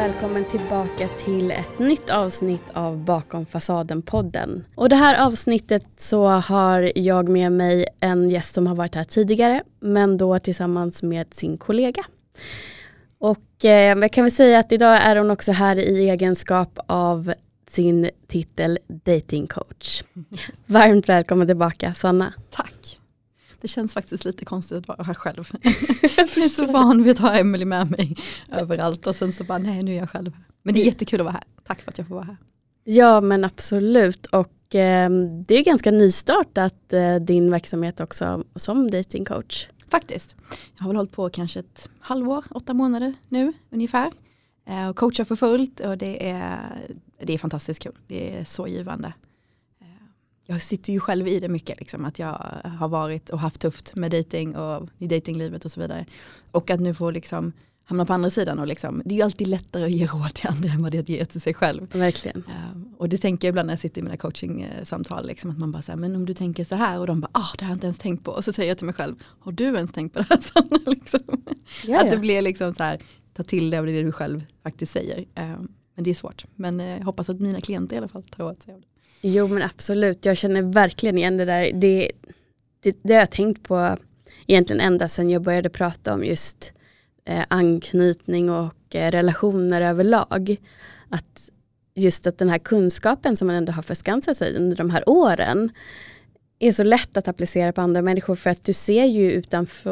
välkommen tillbaka till ett nytt avsnitt av Bakom fasaden-podden. Och det här avsnittet så har jag med mig en gäst som har varit här tidigare, men då tillsammans med sin kollega. Och jag kan väl säga att idag är hon också här i egenskap av sin titel dating coach. Varmt välkommen tillbaka, Sanna. Tack. Det känns faktiskt lite konstigt att vara här själv. Jag är så van vid att ha Emily med mig överallt och sen så bara, nej, nu är jag själv. Men det är jättekul att vara här. Tack för att jag får vara här. Ja, men absolut. Och det är ganska nystartat din verksamhet också som dating coach. Faktiskt. Jag har väl hållit på kanske ett halvår, 8 månader nu ungefär. Och coachar för fullt och det är fantastiskt kul. Det är så givande. Jag sitter ju själv i det mycket, liksom, att jag har varit och haft tufft med dating och i datinglivet och så vidare. Och att nu få liksom hamna på andra sidan och liksom, det är ju alltid lättare att ge råd till andra än vad det är att ge till sig själv. Verkligen. Och det tänker jag ibland när jag sitter i mina coachingsamtal, liksom, att man bara säger, men om du tänker så här och de bara, det har jag inte ens tänkt på. Och så säger jag till mig själv, har du ens tänkt på det här? Sanna, liksom? Att det blir liksom så här, ta till det av det du själv faktiskt säger. Men det är svårt. Men jag hoppas att mina klienter i alla fall tar åt sig av det. Jo, men absolut. Jag känner verkligen igen det där. Det har jag tänkt på egentligen ända sedan jag började prata om just anknytning och relationer överlag. Att just att den här kunskapen som man ändå har förskansat sig under de här åren är så lätt att applicera på andra människor, för att du ser ju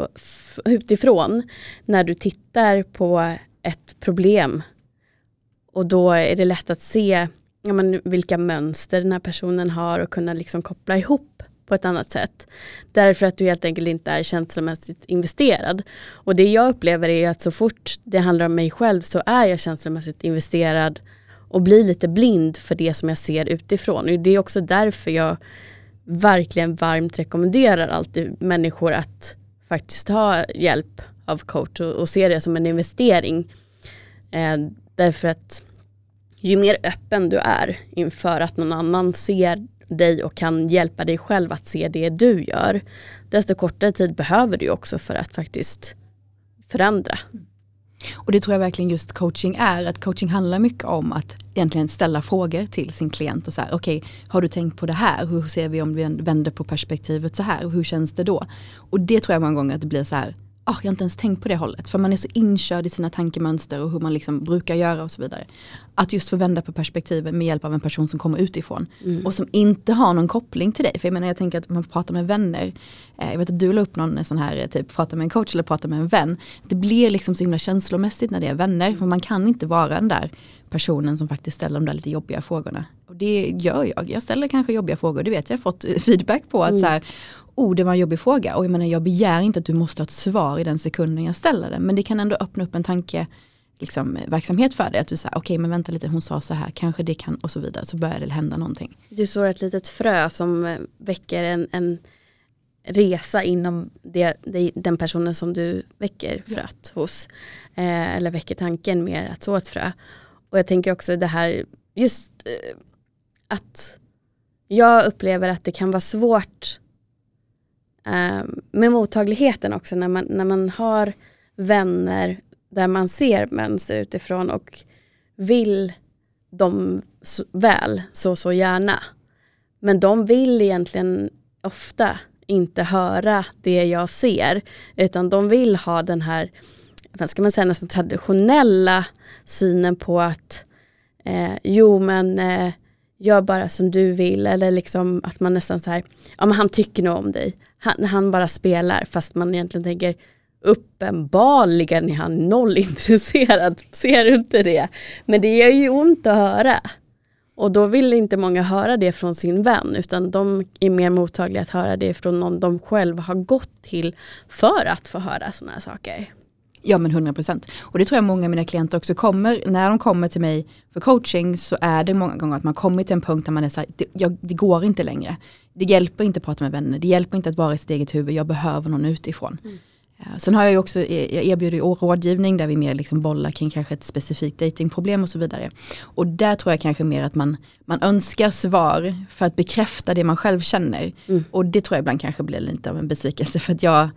utifrån när du tittar på ett problem, och då är det lätt att se vilka mönster den här personen har och kunna liksom koppla ihop på ett annat sätt. Därför att du helt enkelt inte är känslomässigt investerad. Och det jag upplever är att så fort det handlar om mig själv så är jag känslomässigt investerad och blir lite blind för det som jag ser utifrån. Och det är också därför jag verkligen varmt rekommenderar alltid människor att faktiskt ha hjälp av coach och se det som en investering. Därför att ju mer öppen du är inför att någon annan ser dig och kan hjälpa dig själv att se det du gör, desto kortare tid behöver du också för att faktiskt förändra. Och det tror jag verkligen just coaching är. Att coaching handlar mycket om att egentligen ställa frågor till sin klient och så här, okej, har du tänkt på det här? Hur ser vi om vi vänder på perspektivet så här? Hur känns det då? Och det tror jag många gånger att det blir så här, jag har inte ens tänkt på det hållet. För man är så inkörd i sina tankemönster och hur man liksom brukar göra och så vidare. Att just få vända på perspektivet med hjälp av en person som kommer utifrån. Och som inte har någon koppling till dig. För jag tänker att man pratar med vänner. Jag vet att du la upp någon sån här, typ prata med en coach eller prata med en vän. Det blir liksom så himla känslomässigt när det är vänner. För man kan inte vara den där personen som faktiskt ställer de där lite jobbiga frågorna. Och det gör jag. Jag ställer kanske jobbiga frågor. Det vet jag har fått feedback på. Att så här, det var en jobbig fråga. Och jag begär inte att du måste ha ett svar i den sekunden jag ställer den. Men det kan ändå öppna upp en tanke, liksom, verksamhet för dig. Att du säger, okej, men vänta lite, hon sa så här. Kanske det kan, och så vidare. Så börjar det hända någonting. Du sår ett litet frö som väcker en resa inom den personen som du väcker fröet hos. Eller väcker tanken med att så ett frö. Och jag tänker också det här, just att jag upplever att det kan vara svårt med mottagligheten också när man har vänner där man ser mönster utifrån och vill dem väl så gärna. Men de vill egentligen ofta inte höra det jag ser, utan de vill ha den här, vad ska man säga, nästan traditionella synen på att gör bara som du vill, eller liksom att man nästan så här, men han tycker nog om dig. Han bara spelar, fast man egentligen tänker uppenbarligen är han noll intresserad. Ser du inte det? Men det gör ju ont att höra. Och då vill inte många höra det från sin vän, utan de är mer mottagliga att höra det från någon de själva har gått till för att få höra såna här saker. Ja, men 100%. Och det tror jag många av mina klienter också kommer, när de kommer till mig för coaching, så är det många gånger att man kommer till en punkt där man är så här, det går inte längre. Det hjälper inte att prata med vänner, det hjälper inte att vara i sitt eget huvud, jag behöver någon utifrån. Sen har jag ju också, jag erbjuder rådgivning där vi mer liksom bollar kring kanske ett specifikt datingproblem och så vidare. Och där tror jag kanske mer att man önskar svar för att bekräfta det man själv känner. Och det tror jag ibland kanske blir lite av en besvikelse, för att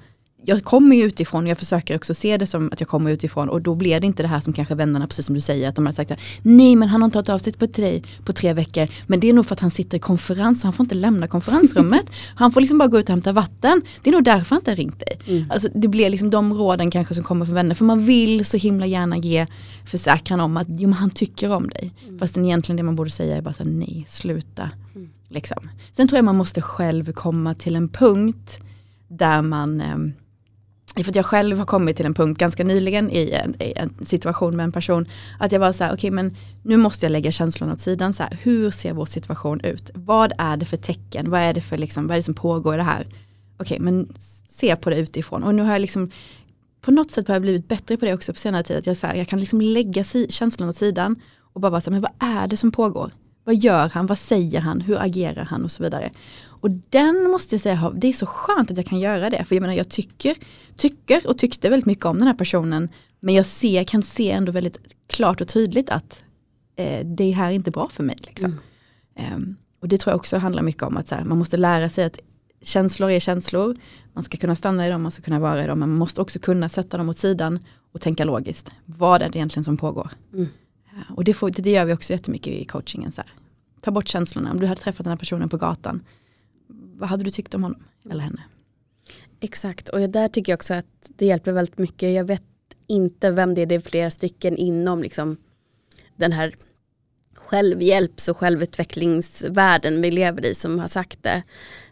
jag kommer ju utifrån och jag försöker också se det som att jag kommer utifrån och då blir det inte det här som kanske vännerna, precis som du säger, att de har sagt att nej men han har inte tagit avsikt på till dig på 3 veckor, men det är nog för att han sitter i konferens och han får inte lämna konferensrummet. Han får liksom bara gå ut och hämta vatten. Det är nog därför han inte har ringt dig. Alltså, det blir liksom de råden kanske som kommer från vänner, för man vill så himla gärna ge försäkran om att jo, men han tycker om dig. Fast egentligen det man borde säga är bara så här, nej, sluta. Liksom. Sen tror jag man måste själv komma till en punkt där man för att jag själv har kommit till en punkt ganska nyligen i en situation med en person att jag var så här, okej, men nu måste jag lägga känslorna åt sidan. Så här, hur ser vår situation ut? Vad är det för tecken? Vad är det för liksom, vad är det som pågår i det här? Okej, men se på det utifrån. Och nu har jag liksom på något sätt har jag blivit bättre på det också på senare tid. Att jag kan liksom lägga känslorna åt sidan och bara så här, men vad är det som pågår? Vad gör han? Vad säger han? Hur agerar han? Och så vidare. Och den måste jag säga, det är så skönt att jag kan göra det. För jag menar, jag tycker och tyckte väldigt mycket om den här personen. Men jag kan se ändå väldigt klart och tydligt att det här är inte bra för mig. Liksom. Och det tror jag också handlar mycket om att så här, man måste lära sig att känslor är känslor. Man ska kunna stanna i dem, man ska kunna vara i dem. Men man måste också kunna sätta dem åt sidan och tänka logiskt. Vad är det egentligen som pågår? Och det gör vi också jättemycket i coachingen. Så här. Ta bort känslorna. Om du hade träffat den här personen på gatan, vad hade du tyckt om honom eller henne? Exakt, och där tycker jag också att det hjälper väldigt mycket. Jag vet inte vem det är flera stycken inom liksom, den här självhjälps- och självutvecklingsvärlden vi lever i som har sagt det.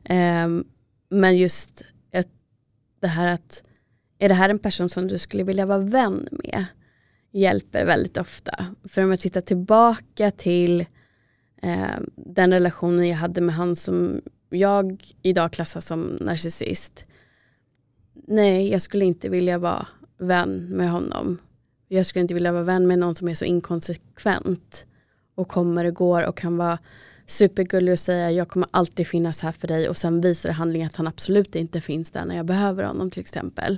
Men just det här att är det här en person som du skulle vilja vara vän med hjälper väldigt ofta. För om jag tittar tillbaka till den relationen jag hade med han som jag idag klassar som narcissist. Nej, jag skulle inte vilja vara vän med honom. Jag skulle inte vilja vara vän med någon som är så inkonsekvent och kommer och går och kan vara supergullig och säga jag kommer alltid finnas här för dig och sen visar det handling att han absolut inte finns där när jag behöver honom till exempel.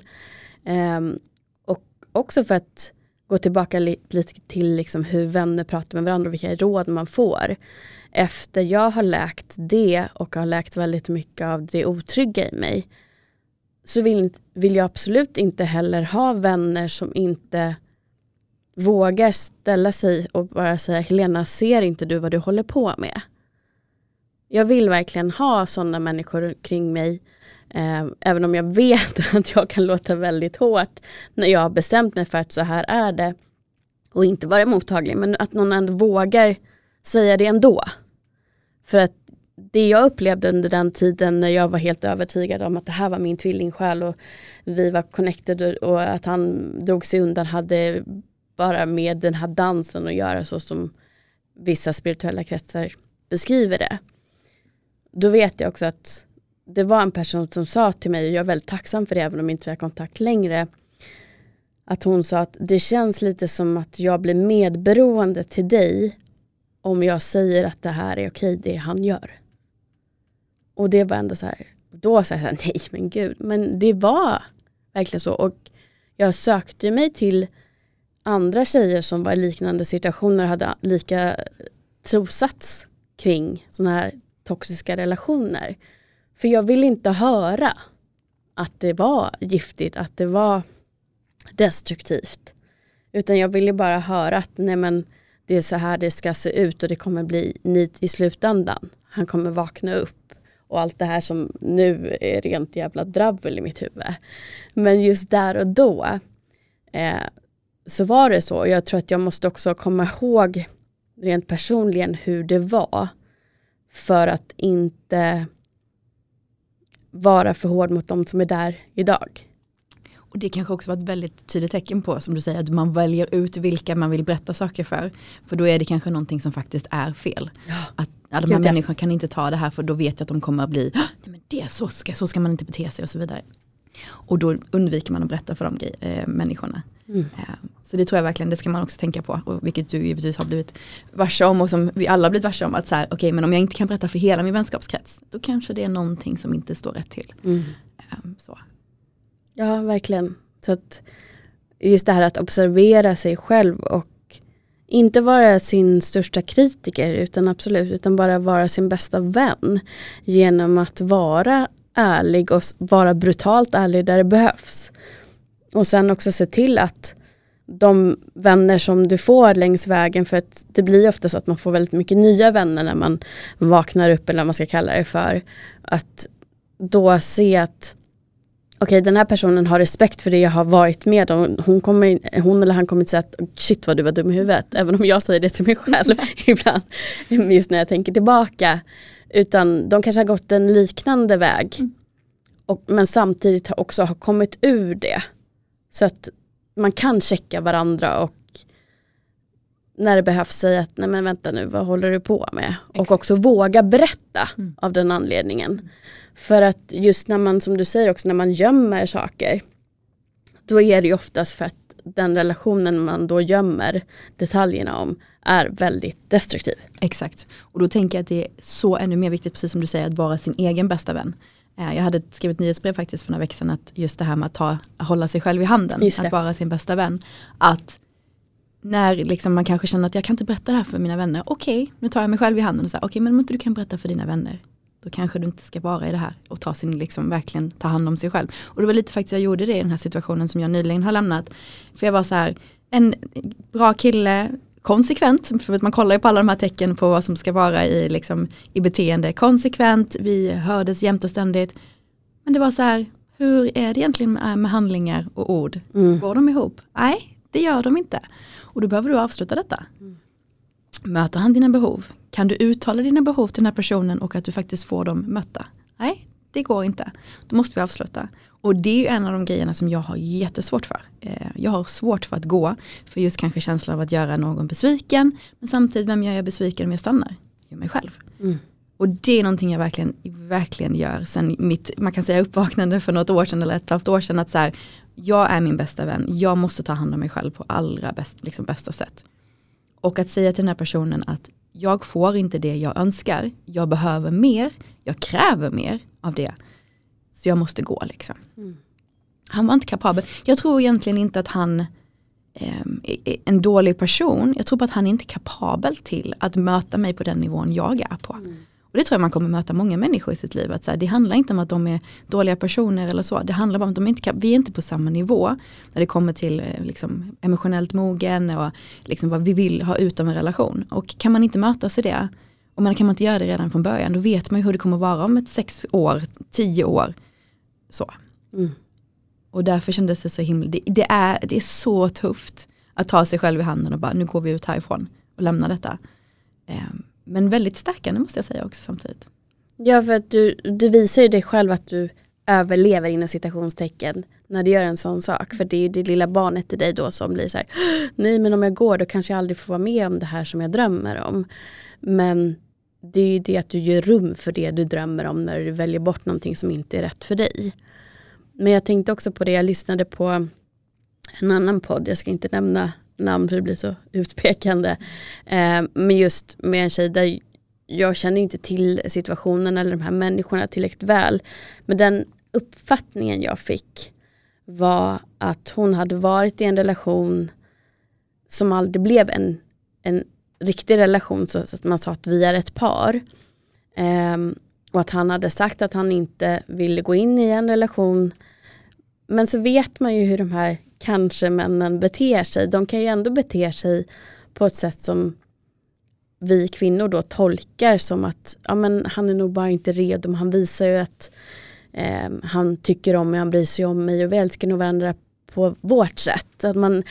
Och också för att gå tillbaka lite till liksom hur vänner pratar med varandra och vilka råd man får. Efter jag har läkt det och har läkt väldigt mycket av det otrygga i mig så vill jag absolut inte heller ha vänner som inte vågar ställa sig och bara säga Helena, ser inte du vad du håller på med? Jag vill verkligen ha sådana människor kring mig. Även om jag vet att jag kan låta väldigt hårt när jag har bestämt mig för att så här är det och inte vara mottaglig, men att någon ändå vågar säga det ändå. För att det jag upplevde under den tiden när jag var helt övertygad om att det här var min tvillingsjäl och vi var connected och att han drog sig undan hade bara med den här dansen att göra, så som vissa spirituella kretsar beskriver det. Då vet jag också att det var en person som sa till mig, och jag är väldigt tacksam för det även om inte vi har kontakt längre, att hon sa att det känns lite som att jag blir medberoende till dig om jag säger att det här är okej, det han gör. Och det var ändå så här, då sa jag så här, nej men gud, men det var verkligen så. Och jag sökte mig till andra tjejer som var i liknande situationer och hade lika trosats kring såna här toxiska relationer. För jag vill inte höra att det var giftigt, att det var destruktivt. Utan jag ville bara höra att nej men, det är så här det ska se ut och det kommer bli nit i slutändan. Han kommer vakna upp och allt det här som nu är rent jävla dravel i mitt huvud. Men just där och då så var det så. Jag tror att jag måste också komma ihåg rent personligen hur det var för att inte vara för hård mot de som är där idag. Och det kanske också var ett väldigt tydligt tecken på, som du säger, att man väljer ut vilka man vill berätta saker för. För då är det kanske någonting som faktiskt är fel. Ja. Att de här människorna kan inte ta det här, för då vet jag att de kommer att bli, nej men det så ska man inte bete sig och så vidare. Och då undviker man att berätta för de människorna. Så det tror jag verkligen, det ska man också tänka på. Och vilket du givetvis har blivit varse om och som vi alla har blivit varse om. Att så här, okej, men om jag inte kan berätta för hela min vänskapskrets, då kanske det är någonting som inte står rätt till. Så. Ja, verkligen. Så att just det här att observera sig själv och inte vara sin största kritiker utan absolut, utan bara vara sin bästa vän genom att vara ärlig och vara brutalt ärlig där det behövs. Och sen också se till att de vänner som du får längs vägen, för att det blir ofta så att man får väldigt mycket nya vänner när man vaknar upp, eller vad man ska kalla det för, att då se att okej, den här personen har respekt för det jag har varit med om. Hon eller han kommer inte säga att shit vad du var dum i huvudet, även om jag säger det till mig själv ibland, just när jag tänker tillbaka, utan de kanske har gått en liknande väg men samtidigt också har kommit ur det, så att man kan checka varandra och när det behövs säga att nej men vänta nu, vad håller du på med? Exakt. Och också våga berätta av den anledningen. För att just när man, som du säger också, när man gömmer saker, då är det ju oftast för att den relationen man då gömmer detaljerna om är väldigt destruktiv. Exakt. Och då tänker jag att det är så ännu mer viktigt, precis som du säger, att vara sin egen bästa vän. Jag hade skrivit nyhetsbrev faktiskt för några veckor sedan, att just det här med att hålla sig själv i handen, att vara sin bästa vän. Att när liksom man kanske känner att jag kan inte berätta det här för mina vänner. Okej, nu tar jag mig själv i handen och säger okej, men om inte du kan berätta för dina vänner, då kanske du inte ska vara i det här och verkligen ta hand om sig själv. Och det var lite faktiskt jag gjorde det i den här situationen som jag nyligen har lämnat. För jag var så här, en bra kille, konsekvent, för att man kollar ju på alla de här tecken på vad som ska vara i beteende. Konsekvent, vi hördes jämt och ständigt. Men det var så här, hur är det egentligen med handlingar och ord? Går de ihop? Nej, det gör de inte. Och då behöver du avsluta detta. Möter han dina behov? Kan du uttala dina behov till den här personen och att du faktiskt får dem mötta? Nej, det går inte. Då måste vi avsluta. Och det är ju en av de grejerna som jag har jättesvårt för. Jag har svårt för att gå. För just kanske känslan av att göra någon besviken. Men samtidigt, vem gör jag besviken om jag stannar? Jag mig själv. Och det är någonting jag verkligen gör. Sen man kan säga uppvaknande för något år sedan eller 1,5 år sedan. Att så här, jag är min bästa vän. Jag måste ta hand om mig själv på allra bästa sätt. Och att säga till den här personen att jag får inte det jag önskar. Jag behöver mer. Jag kräver mer av det. Så jag måste gå liksom. Han var inte kapabel. Jag tror egentligen inte att han är en dålig person. Jag tror bara att han är inte kapabel till att möta mig på den nivån jag är på. Och det tror jag man kommer möta många människor i sitt liv. Att så här, det handlar inte om att de är dåliga personer eller så. Det handlar om att vi är inte på samma nivå när det kommer till liksom, emotionellt mogen och liksom, vad vi vill ha ut av en relation. Och kan man inte mötas i det, och kan man inte göra det redan från början, då vet man ju hur det kommer vara om 6 år, 10 år. Så. Och därför kändes det så himla... Det är så tufft att ta sig själv i handen och bara, nu går vi ut härifrån och lämnar detta. Men väldigt stärkande måste jag säga också samtidigt. Ja, för att du visar ju dig själv att du överlever inom citationstecken när du gör en sån sak. För det är ju det lilla barnet i dig då som blir så här, nej men om jag går då kanske jag aldrig får vara med om det här som jag drömmer om. Men det är ju det att du gör rum för det du drömmer om när du väljer bort någonting som inte är rätt för dig. Men jag tänkte också på det, jag lyssnade på en annan podd, jag ska inte nämna namn för det blir så utpekande. Men just med en tjej där jag känner inte till situationen eller de här människorna tillräckligt väl. Men den uppfattningen jag fick var att hon hade varit i en relation som aldrig blev en riktig relation, så att man sa att vi är ett par. Och att han hade sagt att han inte ville gå in i en relation. Men så vet man ju hur de här kanske männen beter sig. De kan ju ändå bete sig på ett sätt som vi kvinnor då tolkar som att ja, men han är nog bara inte redo. Men han visar ju att han tycker om mig, han bryr sig om mig och vi älskar nog varandra på vårt sätt. Att man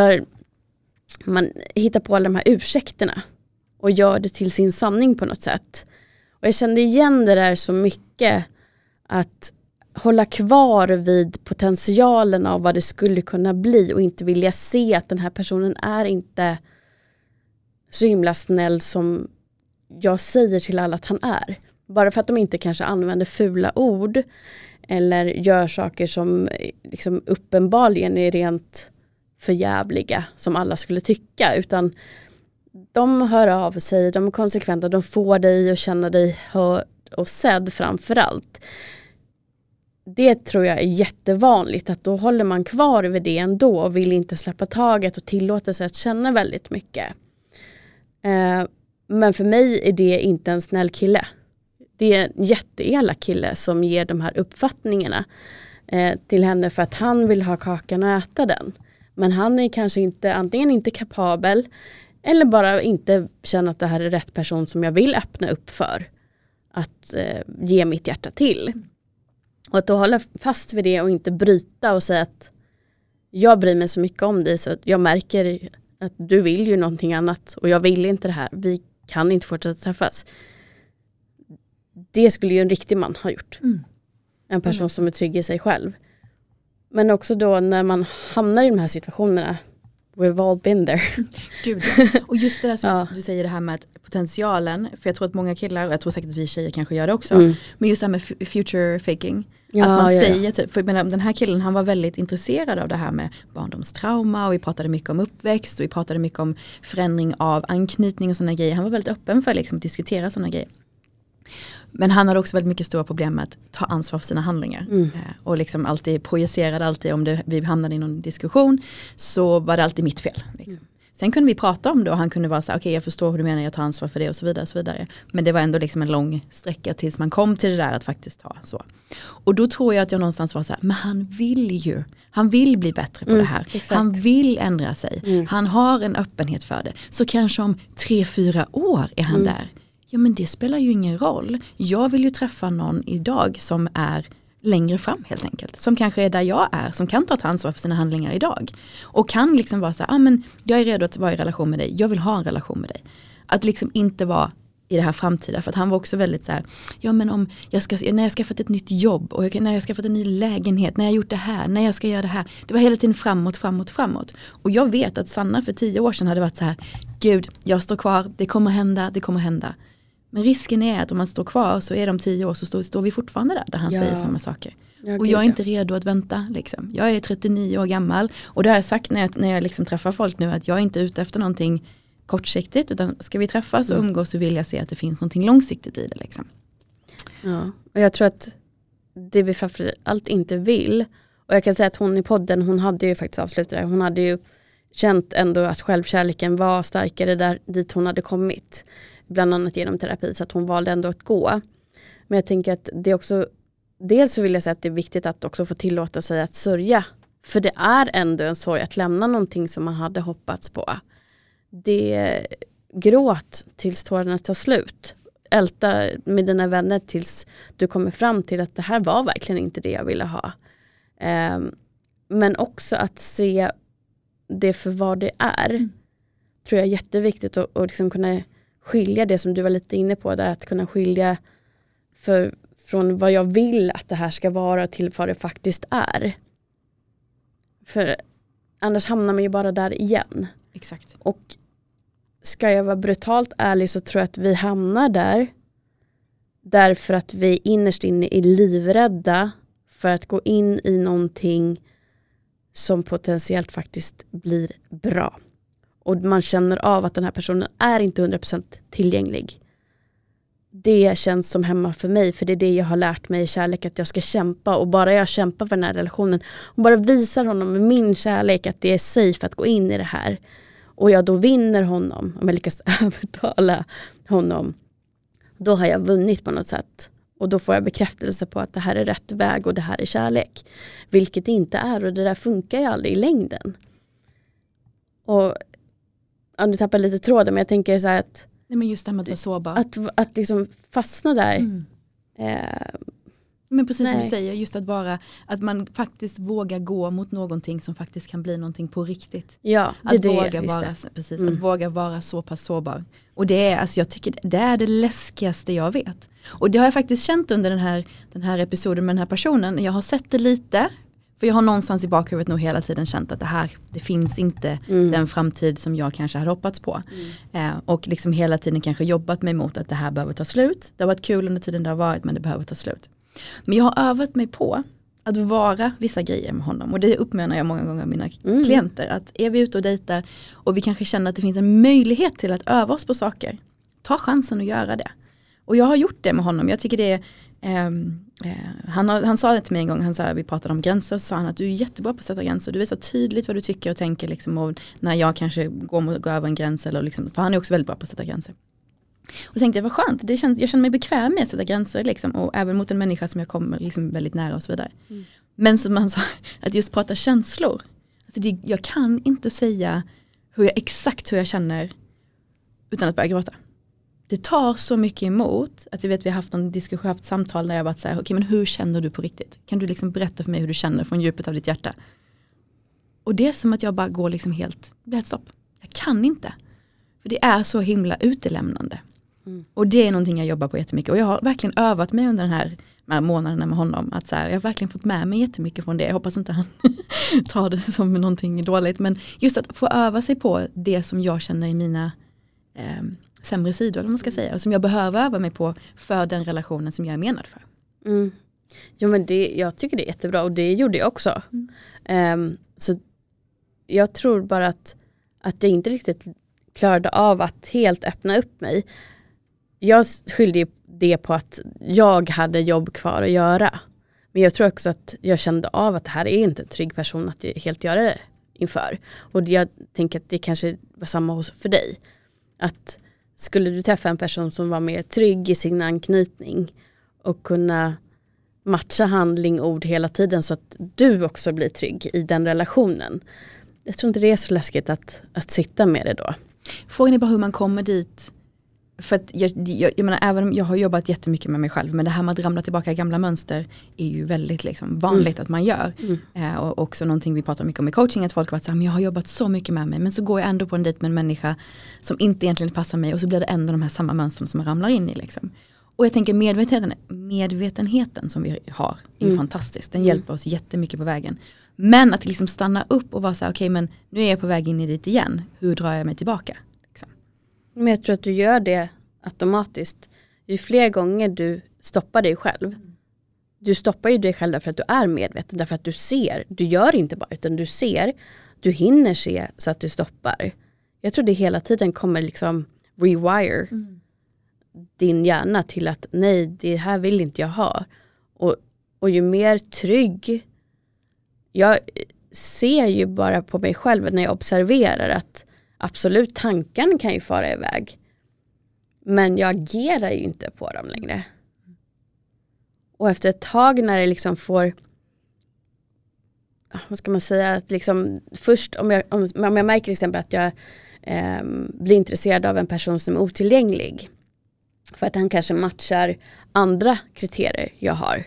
hittar på alla de här ursäkterna och gör det till sin sanning på något sätt. Och jag kände igen det där så mycket, att hålla kvar vid potentialen av vad det skulle kunna bli och inte vilja se att den här personen är inte så himla snäll som jag säger till alla att han är. Bara för att de inte kanske använder fula ord eller gör saker som liksom uppenbarligen är rent förjävliga som alla skulle tycka, utan de hör av sig, de är konsekventa, de får dig att känna dig hörd och sedd framförallt. Det tror jag är jättevanligt, att då håller man kvar vid det ändå och vill inte släppa taget och tillåter sig att känna väldigt mycket. Men för mig är det inte en snäll kille. det är en jätteelak kille som ger de här uppfattningarna till henne för att han vill ha kakan och äta den. Men han är kanske antingen inte kapabel eller bara inte känner att det här är rätt person som jag vill öppna upp för att ge mitt hjärta till. Och att då hålla fast vid det och inte bryta och säga att jag bryr mig så mycket om dig så att jag märker att du vill ju någonting annat och jag vill inte det här. Vi kan inte fortsätta träffas. Det skulle ju en riktig man ha gjort. En person som är trygg i sig själv. Men också då när man hamnar i de här situationerna, we've all been there. Gud, och just det där som du säger, det här med att potentialen, för jag tror att många killar, och jag tror säkert att vi tjejer kanske gör det också, men just det här med future faking, att man säger typ, för jag menar, den här killen, han var väldigt intresserad av det här med barndomstrauma, och vi pratade mycket om uppväxt och vi pratade mycket om förändring av anknytning och sådana grejer. Han var väldigt öppen för liksom, att diskutera sådana grejer. Men han hade också väldigt mycket stora problem med att ta ansvar för sina handlingar. Och liksom alltid projicerade alltid, om vi hamnade i någon diskussion så var det alltid mitt fel. Liksom. Sen kunde vi prata om det och han kunde vara så här, okej, jag förstår hur du menar, jag tar ansvar för det och så vidare. Och så vidare. Men det var ändå liksom en lång sträcka tills man kom till det där att faktiskt ta så. Och då tror jag att jag någonstans var så här, men han vill bli bättre på det här. Exakt. Han vill ändra sig. Han har en öppenhet för det. Så kanske om 3-4 år är han där. Ja, men det spelar ju ingen roll. Jag vill ju träffa någon idag som är längre fram helt enkelt. Som kanske är där jag är. Som kan ta ansvar för sina handlingar idag. Och kan liksom vara så här, men jag är redo att vara i relation med dig. Jag vill ha en relation med dig. Att liksom inte vara i det här framtida. För att han var också väldigt så här, ja men om när jag skaffat ett nytt jobb. Och när jag skaffat en ny lägenhet. När jag gjort det här. När jag ska göra det här. Det var hela tiden framåt. Och jag vet att Sanna för 10 år sedan hade varit så här, gud, jag står kvar. Det kommer hända. Men risken är att om man står kvar så är de 10 år så står vi fortfarande där han säger samma saker. Och jag är inte redo att vänta. Liksom. Jag är 39 år gammal och det har jag sagt när jag liksom träffar folk nu att jag är inte ute efter någonting kortsiktigt utan ska vi träffas och umgås så vill jag se att det finns någonting långsiktigt i det. Liksom. Ja, och jag tror att det vi framförallt inte vill, och jag kan säga att hon i podden, hon hade ju faktiskt avslutat det. Hon hade ju känt ändå att självkärleken var starkare dit hon hade kommit. Bland annat genom terapi, så att hon valde ändå att gå. Men jag tänker att det också, dels så vill jag säga att det är viktigt att också få tillåta sig att sörja. För det är ändå en sorg att lämna någonting som man hade hoppats på. Det gråt tills tårarna tar slut. Älta med dina vänner tills du kommer fram till att det här var verkligen inte det jag ville ha. Men också att se det för vad det är. Tror jag är jätteviktigt att liksom kunna skilja det som du var lite inne på där, att kunna skilja från vad jag vill att det här ska vara till vad det faktiskt är. För annars hamnar man ju bara där igen. Exakt. Och ska jag vara brutalt ärlig så tror jag att vi hamnar där därför att vi innerst inne är livrädda för att gå in i någonting som potentiellt faktiskt blir bra. Och man känner av att den här personen är inte 100% tillgänglig. Det känns som hemma för mig. För det är det jag har lärt mig i kärlek. Att jag ska kämpa. Och bara jag kämpar för den här relationen. Och bara visar honom med min kärlek att det är safe att gå in i det här. Och jag då vinner honom. Om jag lyckas övertala honom. Då har jag vunnit på något sätt. Och då får jag bekräftelse på att det här är rätt väg. Och det här är kärlek. Vilket det inte är. Och det där funkar ju aldrig i längden. Och du tappar lite tråden, men jag tänker så här att nej, men just det här med att vara sårbar. Att liksom fastna där. Men precis som du säger, just att man faktiskt vågar gå mot någonting som faktiskt kan bli någonting på riktigt. Ja, att våga vara så pass sårbar. Och det är, alltså jag tycker det är det läskigaste jag vet. Och det har jag faktiskt känt under den här episoden med den här personen. Jag har sett det lite. För jag har någonstans i bakhuvudet nog hela tiden känt att det finns inte den framtid som jag kanske hade hoppats på. Och liksom hela tiden kanske jobbat mig mot att det här behöver ta slut. Det har varit kul under tiden det har varit, men det behöver ta slut. Men jag har övat mig på att vara vissa grejer med honom. Och det uppmanar jag många gånger mina klienter. Att är vi ute och dejtar och vi kanske känner att det finns en möjlighet till att öva oss på saker. Ta chansen att göra det. Och jag har gjort det med honom. Jag tycker det är han sa det till mig en gång, vi pratade om gränser, så sa han att du är jättebra på att sätta gränser, du vet så tydligt vad du tycker och tänker liksom, och när jag kanske går över en gräns eller liksom, för han är också väldigt bra på att sätta gränser. Och tänkte vad skönt, jag känner mig bekväm med att sätta gränser liksom, och även mot en människa som jag kommer liksom väldigt nära och så vidare. Men som man sa, att just prata känslor. Alltså jag kan inte säga exakt hur jag känner utan att börja gråta. Det tar så mycket emot att jag vet vi har haft någon diskussion, haft samtal där jag bara säger okej, men hur känner du på riktigt? Kan du liksom berätta för mig hur du känner från djupet av ditt hjärta? Och det är som att jag bara går liksom blir helt stopp. Jag kan inte. För det är så himla utelämnande. Och det är någonting jag jobbar på jättemycket. Och jag har verkligen övat mig under den här månaderna med honom. Att så här, jag har verkligen fått med mig jättemycket från det. Jag hoppas inte han tar det som någonting dåligt. Men just att få öva sig på det som jag känner i mina sämre sidor, eller man ska säga. Och som jag behöver öva mig på för den relationen som jag är menad för. Jo, men jag tycker det är jättebra. Och det gjorde jag också. Så jag tror bara att jag inte riktigt klarade av att helt öppna upp mig. Jag skyllde det på att jag hade jobb kvar att göra. Men jag tror också att jag kände av att det här är inte en trygg person att helt göra det inför. Och jag tänker att det kanske var samma för dig. Att skulle du träffa en person som var mer trygg i sin anknytning och kunna matcha handling och ord hela tiden så att du också blir trygg i den relationen. Jag tror inte det är så läskigt att sitta med det då. Frågan är bara hur man kommer dit. För att jag menar, även om jag har jobbat jättemycket med mig själv, men det här med att ramla tillbaka i gamla mönster är ju väldigt liksom vanligt att man gör. Och också någonting vi pratar mycket om i coaching, att folk har varit så här, men jag har jobbat så mycket med mig, men så går jag ändå på en dejt med en människa som inte egentligen passar mig och så blir det ändå de här samma mönstren som man ramlar in i liksom. Och jag tänker medvetenheten som vi har är ju fantastisk. Den hjälper oss jättemycket på vägen. Men att liksom stanna upp och vara så här, okej, men nu är jag på väg in i dit igen. Hur drar jag mig tillbaka? Liksom. Men jag tror att du gör det automatiskt. Ju fler gånger du stoppar dig själv. Du stoppar ju dig själv därför att du är medveten. Därför att du ser. Du gör inte bara, utan du ser. Du hinner se så att du stoppar. Jag tror det hela tiden kommer liksom rewire din hjärna till att nej, det här vill inte jag ha. Och ju mer trygg. Jag ser ju bara på mig själv när jag observerar att absolut, tanken kan ju fara iväg. Men jag agerar ju inte på dem längre. Och efter ett tag när det liksom får, vad ska man säga, att liksom först om jag märker till exempel att jag blir intresserad av en person som är otillgänglig. För att han kanske matchar andra kriterier jag har.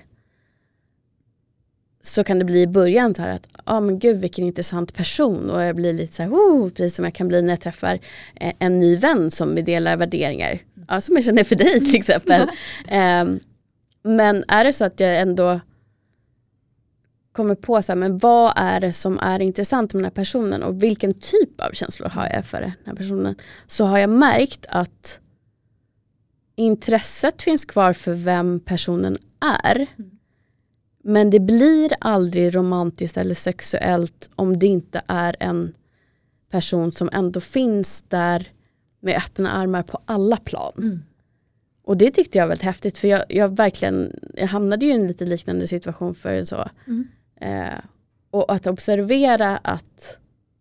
Så kan det bli i början så här att men gud vilken intressant person, och jag blir lite så här precis som jag kan bli när jag träffar en ny vän som vi delar värderingar, som jag känner för dig till exempel. Men är det så att jag ändå kommer på så här, men vad är det som är intressant med den här personen och vilken typ av känslor har jag för den här personen, så har jag märkt att intresset finns kvar för vem personen är. Men det blir aldrig romantiskt eller sexuellt om det inte är en person som ändå finns där med öppna armar på alla plan. Och det tyckte jag var väldigt häftigt, för jag hamnade ju i en lite liknande situation för en så. Och att observera att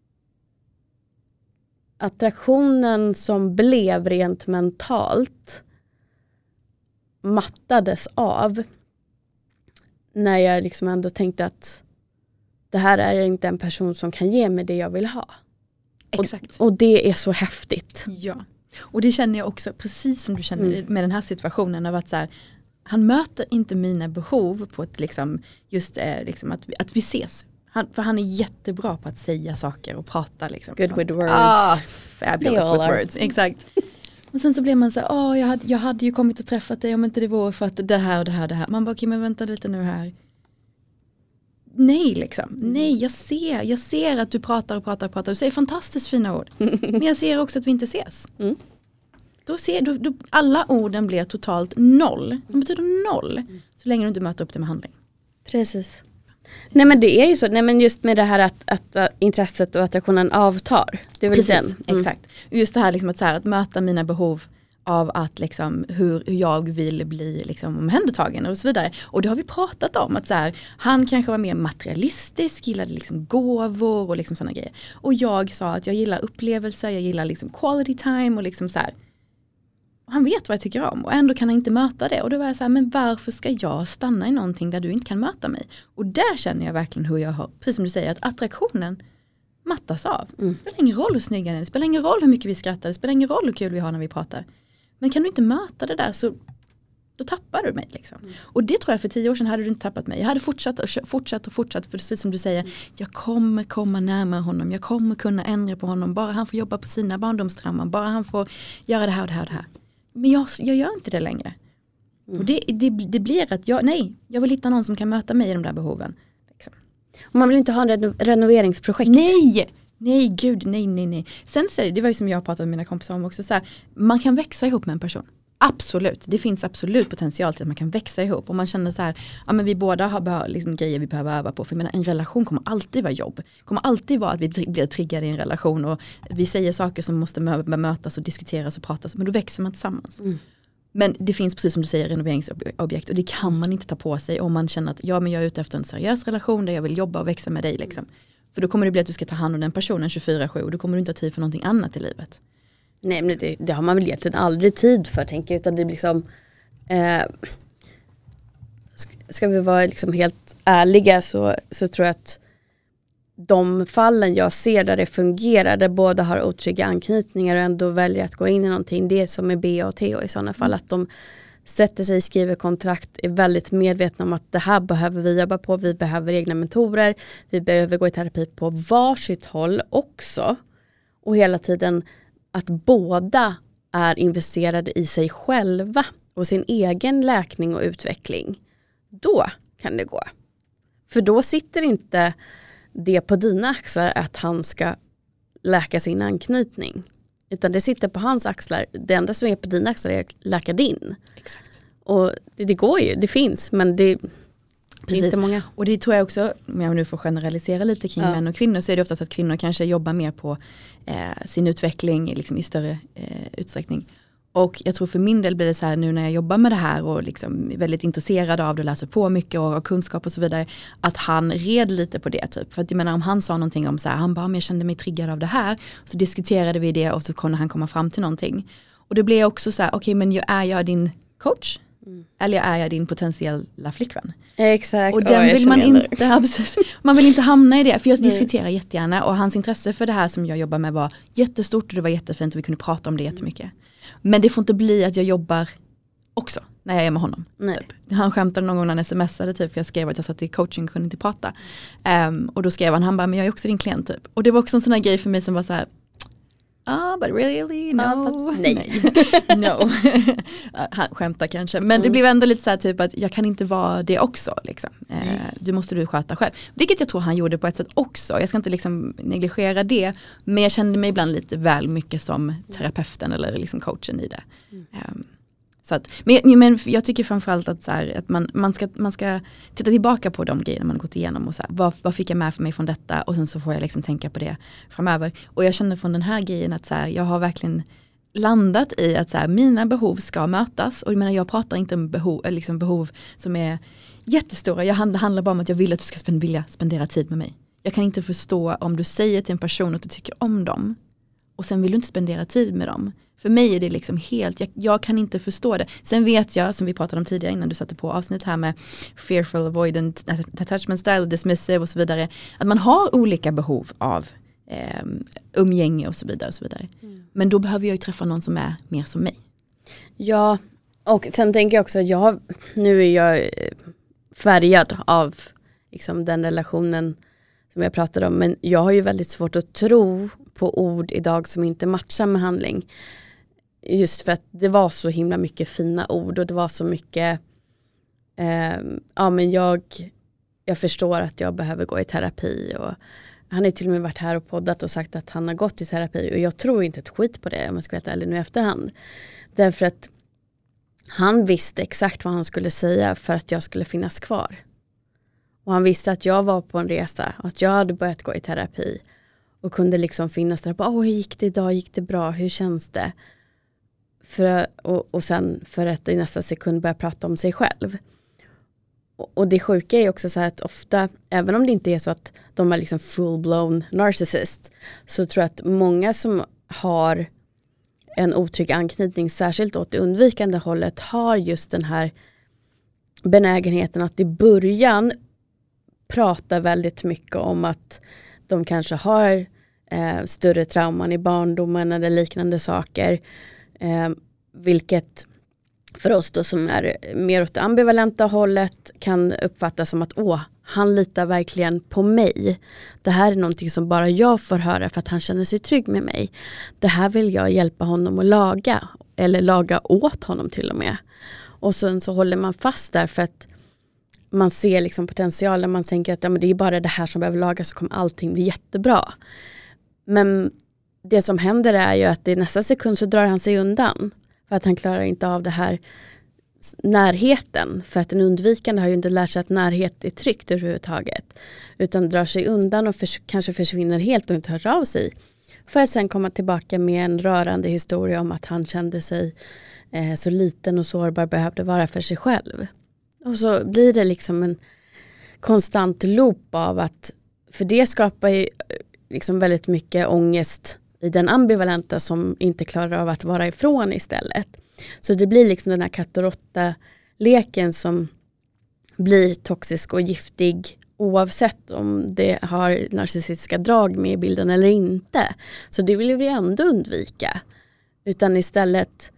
attraktionen som blev rent mentalt mattades av. När jag liksom ändå tänkte att det här är inte en person som kan ge mig det jag vill ha. Exakt. Och det är så häftigt. Ja, och det känner jag också precis som du känner med den här situationen av att så här, han möter inte mina behov på ett liksom, just liksom att vi ses. För han är jättebra på att säga saker och prata. Liksom. Good with words. Fabulous with words, exakt. Och sen så blev man så här, jag hade ju kommit och träffat dig om inte det var för att det här och det här och det här. Man bara, okej, men vänta lite nu här. Nej, liksom. Nej, jag ser att du pratar. Du säger fantastiskt fina ord. Men jag ser också att vi inte ses. Då alla orden blir totalt noll. De betyder noll. Så länge du inte möter upp det med handling. Precis. Nej, men det är ju så. Nej, men just med det här att intresset och attraktionen avtar. Det är väl precis, exakt. Just det här, liksom att möta mina behov av att liksom, hur jag vill bli liksom, omhändertagen och så vidare. Och det har vi pratat om. Att så här, han kanske var mer materialistisk, gillade liksom gåvor och liksom sådana grejer. Och jag sa att jag gillar upplevelser, jag gillar liksom quality time och liksom så här. Han vet vad jag tycker om och ändå kan han inte möta det. Och då var jag så här, men varför ska jag stanna i någonting där du inte kan möta mig? Och där känner jag verkligen hur jag har, precis som du säger, att attraktionen mattas av. Det spelar ingen roll hur snygg han är, det spelar ingen roll hur mycket vi skrattar, det spelar ingen roll hur kul vi har när vi pratar. Men kan du inte möta det där så då tappar du mig liksom. Och det tror jag för 10 år sedan hade du inte tappat mig. Jag hade fortsatt. För precis som du säger, jag kommer komma närmare honom. Jag kommer kunna ändra på honom. Bara han får jobba på sina barndomstrammar. Bara han får göra det här och det här och det här. Men jag gör inte det längre. Och det blir att jag vill hitta någon som kan möta mig i de där behoven. Liksom. Och man vill inte ha en renoveringsprojekt. Nej, gud, nej. Sen så det var ju som jag pratade med mina kompisar om också. Så här, man kan växa ihop med en person. Absolut, det finns absolut potential till att man kan växa ihop. Och man känner så här, ja men vi båda har liksom grejer vi behöver öva på. För jag menar, en relation kommer alltid vara jobb. Kommer alltid vara att vi blir triggade i en relation. Och vi säger saker som måste bemötas och diskuteras och pratas. Men då växer man tillsammans. Men det finns precis som du säger renoveringsobjekt. Och det kan man inte ta på sig om man känner att men jag är ute efter en seriös relation där jag vill jobba och växa med dig. Liksom. För då kommer det bli att du ska ta hand om den personen 24/7. Och då kommer du inte ha tid för någonting annat i livet. Nej, men det har man väl egentligen aldrig tid för, tänker jag. Utan det är liksom... ska vi vara liksom helt ärliga så tror jag att de fallen jag ser där det fungerar, där båda har otrygga anknytningar och ändå väljer att gå in i någonting, det är som med Bea och Theo i sådana fall. Att de sätter sig, skriver kontrakt, är väldigt medvetna om att det här behöver vi jobba på. Vi behöver egna mentorer. Vi behöver gå i terapi på varsitt håll också. Och hela tiden... att båda är investerade i sig själva och sin egen läkning och utveckling, då kan det gå. För då sitter inte det på dina axlar att han ska läka sin anknytning. Utan det sitter på hans axlar. Det enda som är på dina axlar är att läka din. Exakt. Och det går ju, det finns, men det... Precis. Inte många. Och det tror jag också, om jag nu får generalisera lite kring män och kvinnor, så är det ofta att kvinnor kanske jobbar mer på sin utveckling liksom, i större utsträckning. Och jag tror för min del blir det så här nu när jag jobbar med det här och liksom är väldigt intresserad av det och läser på mycket och har kunskap och så vidare, att han red lite på det typ. För att jag menar om han sa någonting om så här, han bara, men jag kände mig triggad av det här, så diskuterade vi det och så kunde han komma fram till någonting. Och det blev också så här, okej, men är jag din coach? Eller är jag din potentiella flickvän? Exakt. Och den vill man inte, man vill inte hamna i det. För jag diskuterar jättegärna och hans intresse för det här som jag jobbar med var jättestort och det var jättefint och vi kunde prata om det jättemycket. Men det får inte bli att jag jobbar också när jag är med honom. Typ. Han skämtade någon gång när han smsade typ, för jag skrev att jag satt i coaching och kunde inte prata. Och då skrev han bara, men jag är också din klient typ. Och det var också en sån här grej för mig som var så här, but really, no. Nej. No. Han skämtar kanske. Men det blev ändå lite så här typ att jag kan inte vara det också. Liksom. Du måste sköta själv. Vilket jag tror han gjorde på ett sätt också. Jag ska inte liksom negligera det. Men jag kände mig ibland lite väl mycket som terapeuten eller liksom coachen i det. Så att, men jag tycker framförallt att, så här, att man ska titta tillbaka på de grejerna man gått igenom och så här, vad fick jag med för mig från detta och sen så får jag liksom tänka på det framöver. Och jag känner från den här grejen att så här, jag har verkligen landat i att så här, mina behov ska mötas. Och jag pratar inte om behov som är jättestora. Det handlar bara om att jag vill att du ska vilja spendera tid med mig. Jag kan inte förstå om du säger till en person att du tycker om dem och sen vill du inte spendera tid med dem. För mig är det liksom helt, jag kan inte förstå det. Sen vet jag, som vi pratade om tidigare innan du satte på avsnitt här med fearful, avoidant, attachment style, dismissive och så vidare. Att man har olika behov av umgänge och så vidare. Och så vidare. Men då behöver jag ju träffa någon som är mer som mig. Ja, och sen tänker jag också att nu är jag färgad av liksom, den relationen som jag pratade om. Men jag har ju väldigt svårt att tro på ord idag som inte matchar med handling. Just för att det var så himla mycket fina ord och det var så mycket men jag förstår att jag behöver gå i terapi och han har till och med varit här och poddat och sagt att han har gått i terapi och jag tror inte ett skit på det om jag ska vara ärlig nu i efterhand. Därför att han visste exakt vad han skulle säga för att jag skulle finnas kvar. Och han visste att jag var på en resa och att jag hade börjat gå i terapi och kunde liksom finnas där. Hur gick det idag? Gick det bra? Hur känns det? Och sen för att i nästa sekund börja prata om sig själv. Och det sjuka är också så här att ofta, även om det inte är så att de är liksom full-blown narcissist, så tror jag att många som har en otrygg anknytning, särskilt åt det undvikande hållet, har just den här benägenheten att i början prata väldigt mycket om att de kanske har större trauman i barndomen eller liknande saker. Vilket för oss då som är mer åt det ambivalenta hållet kan uppfattas som att han litar verkligen på mig. Det här är någonting som bara jag får höra för att han känner sig trygg med mig. Det här vill jag hjälpa honom att laga. Eller laga åt honom till och med. Och sen så håller man fast där för att man ser liksom potentialen. Man tänker att men det är bara det här som behöver lagas så kommer allting bli jättebra. Men det som händer är ju att i nästa sekund så drar han sig undan. För att han klarar inte av det här närheten. För att den undvikande har ju inte lärt sig att närhet är tryggt överhuvudtaget. Utan drar sig undan och kanske försvinner helt och inte hör av sig. För att sen komma tillbaka med en rörande historia om att han kände sig så liten och sårbar, behövde vara för sig själv. Och så blir det liksom en konstant loop av att, för det skapar ju liksom väldigt mycket ångest i den ambivalenta som inte klarar av att vara ifrån istället. Så det blir liksom den här katt och råtta-leken som blir toxisk och giftig oavsett om det har narcissistiska drag med i bilden eller inte. Så det vill vi ändå undvika. Utan istället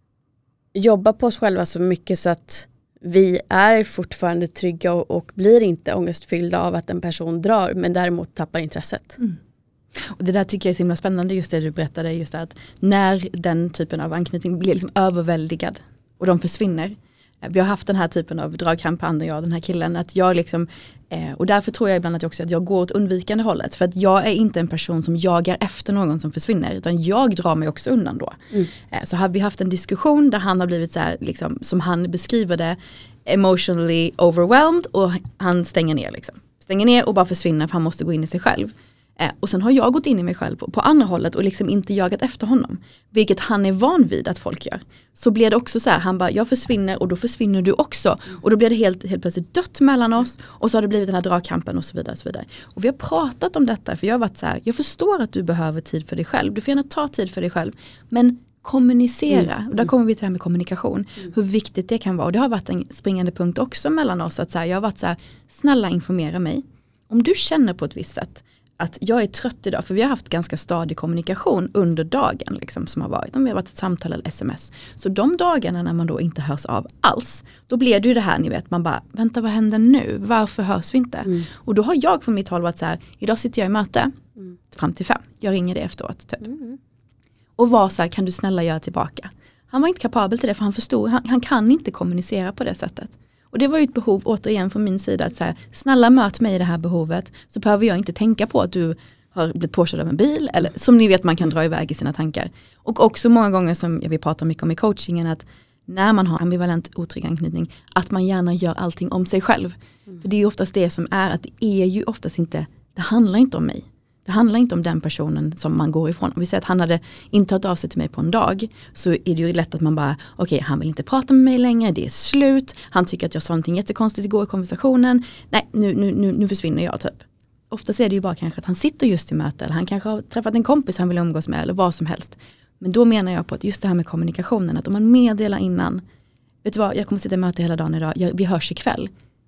jobba på oss själva så mycket så att vi är fortfarande trygga och blir inte ångestfyllda av att en person drar, men däremot tappar intresset. Mm. Och det där tycker jag är så himla spännande, just det du berättade, just det att när den typen av anknytning blir liksom överväldigad och de försvinner. Vi har haft den här typen av dragkramp på andra, jag och den här killen, att jag liksom, och därför tror jag ibland att jag går åt undvikande hållet, för att jag är inte en person som jagar efter någon som försvinner, utan jag drar mig också undan då. Så har vi haft en diskussion där han har blivit så här, liksom, som han beskriver det, emotionally overwhelmed, och han stänger ner liksom. Stänger ner och bara försvinner, för han måste gå in i sig själv. Och sen har jag gått in i mig själv på andra hållet och liksom inte jagat efter honom. Vilket han är van vid att folk gör. Så blir det också så här, han bara, jag försvinner och då försvinner du också. Och då blir det helt plötsligt dött mellan oss. Och så har det blivit den här dragkampen och så vidare. Och så vidare. Och vi har pratat om detta, för jag har varit så här, jag förstår att du behöver tid för dig själv. Du får gärna ta tid för dig själv. Men kommunicera. Och där kommer vi till det här med kommunikation. Hur viktigt det kan vara. Och det har varit en springande punkt också mellan oss. Att så här, jag har varit så här, snälla informera mig. Om du känner på ett visst sätt att jag är trött idag, för vi har haft ganska stadig kommunikation under dagen liksom, som har varit. Om vi har varit ett samtal eller sms. Så de dagarna när man då inte hörs av alls, då blir det ju det här, ni vet, man bara, vänta, vad händer nu? Varför hörs vi inte? Och då har jag från mitt håll varit så här, idag sitter jag i möte fram till 5. Jag ringer det efteråt typ. Och var så här, kan du snälla göra tillbaka? Han var inte kapabel till det, för han förstod, han kan inte kommunicera på det sättet. Och det var ju ett behov återigen från min sida att så här, snälla möt mig i det här behovet, så behöver jag inte tänka på att du har blivit påkörd av en bil, eller som ni vet man kan dra iväg i sina tankar. Och också många gånger som vi pratar mycket om i coachingen, att när man har ambivalent otrygg anknytning, att man gärna gör allting om sig själv. För det är ju oftast det som är, att det är ju oftast inte, det handlar inte om mig. Det handlar inte om den personen som man går ifrån. Om vi säger att han hade inte tagit av sig till mig på en dag, så är det ju lätt att man bara, okej, han vill inte prata med mig längre, det är slut. Han tycker att jag sa någonting jättekonstigt igår i konversationen. Nej, nu försvinner jag typ. Oftast är det ju bara kanske att han sitter just i möte, eller han kanske har träffat en kompis han vill umgås med, eller vad som helst. Men då menar jag på att just det här med kommunikationen, att om man meddelar innan, vet du vad, jag kommer sitta i möte hela dagen idag, vi hörs ikväll.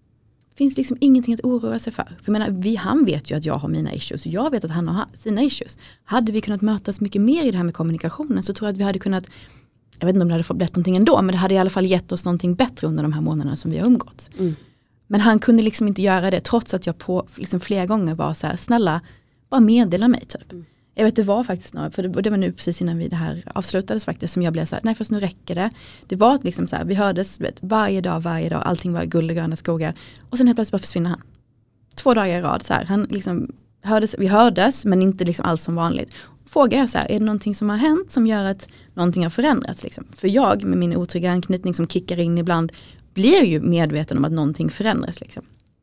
Finns liksom ingenting att oroa sig för. För jag menar, han vet ju att jag har mina issues. Och jag vet att han har sina issues. Hade vi kunnat mötas mycket mer i det här med kommunikationen, så tror jag att vi hade kunnat, jag vet inte om det hade fått blivit någonting ändå, men det hade i alla fall gett oss någonting bättre under de här månaderna som vi har umgått. Men han kunde liksom inte göra det, trots att jag på liksom flera gånger var så här, snälla, bara meddela mig typ. Jag vet, det var faktiskt några, för det var nu precis innan vi det här avslutades faktiskt, som jag blev så här, nej fast nu räcker det. Det var liksom så här, vi hördes varje dag, allting var guld och gröna skogar. Och sen helt plötsligt bara försvinner han. 2 dagar i rad så här, han liksom vi hördes men inte liksom alls som vanligt. Frågar jag så här, är det någonting som har hänt som gör att någonting har förändrats liksom? För jag med min otrygga anknytning som kickar in ibland, blir ju medveten om att någonting förändras liksom.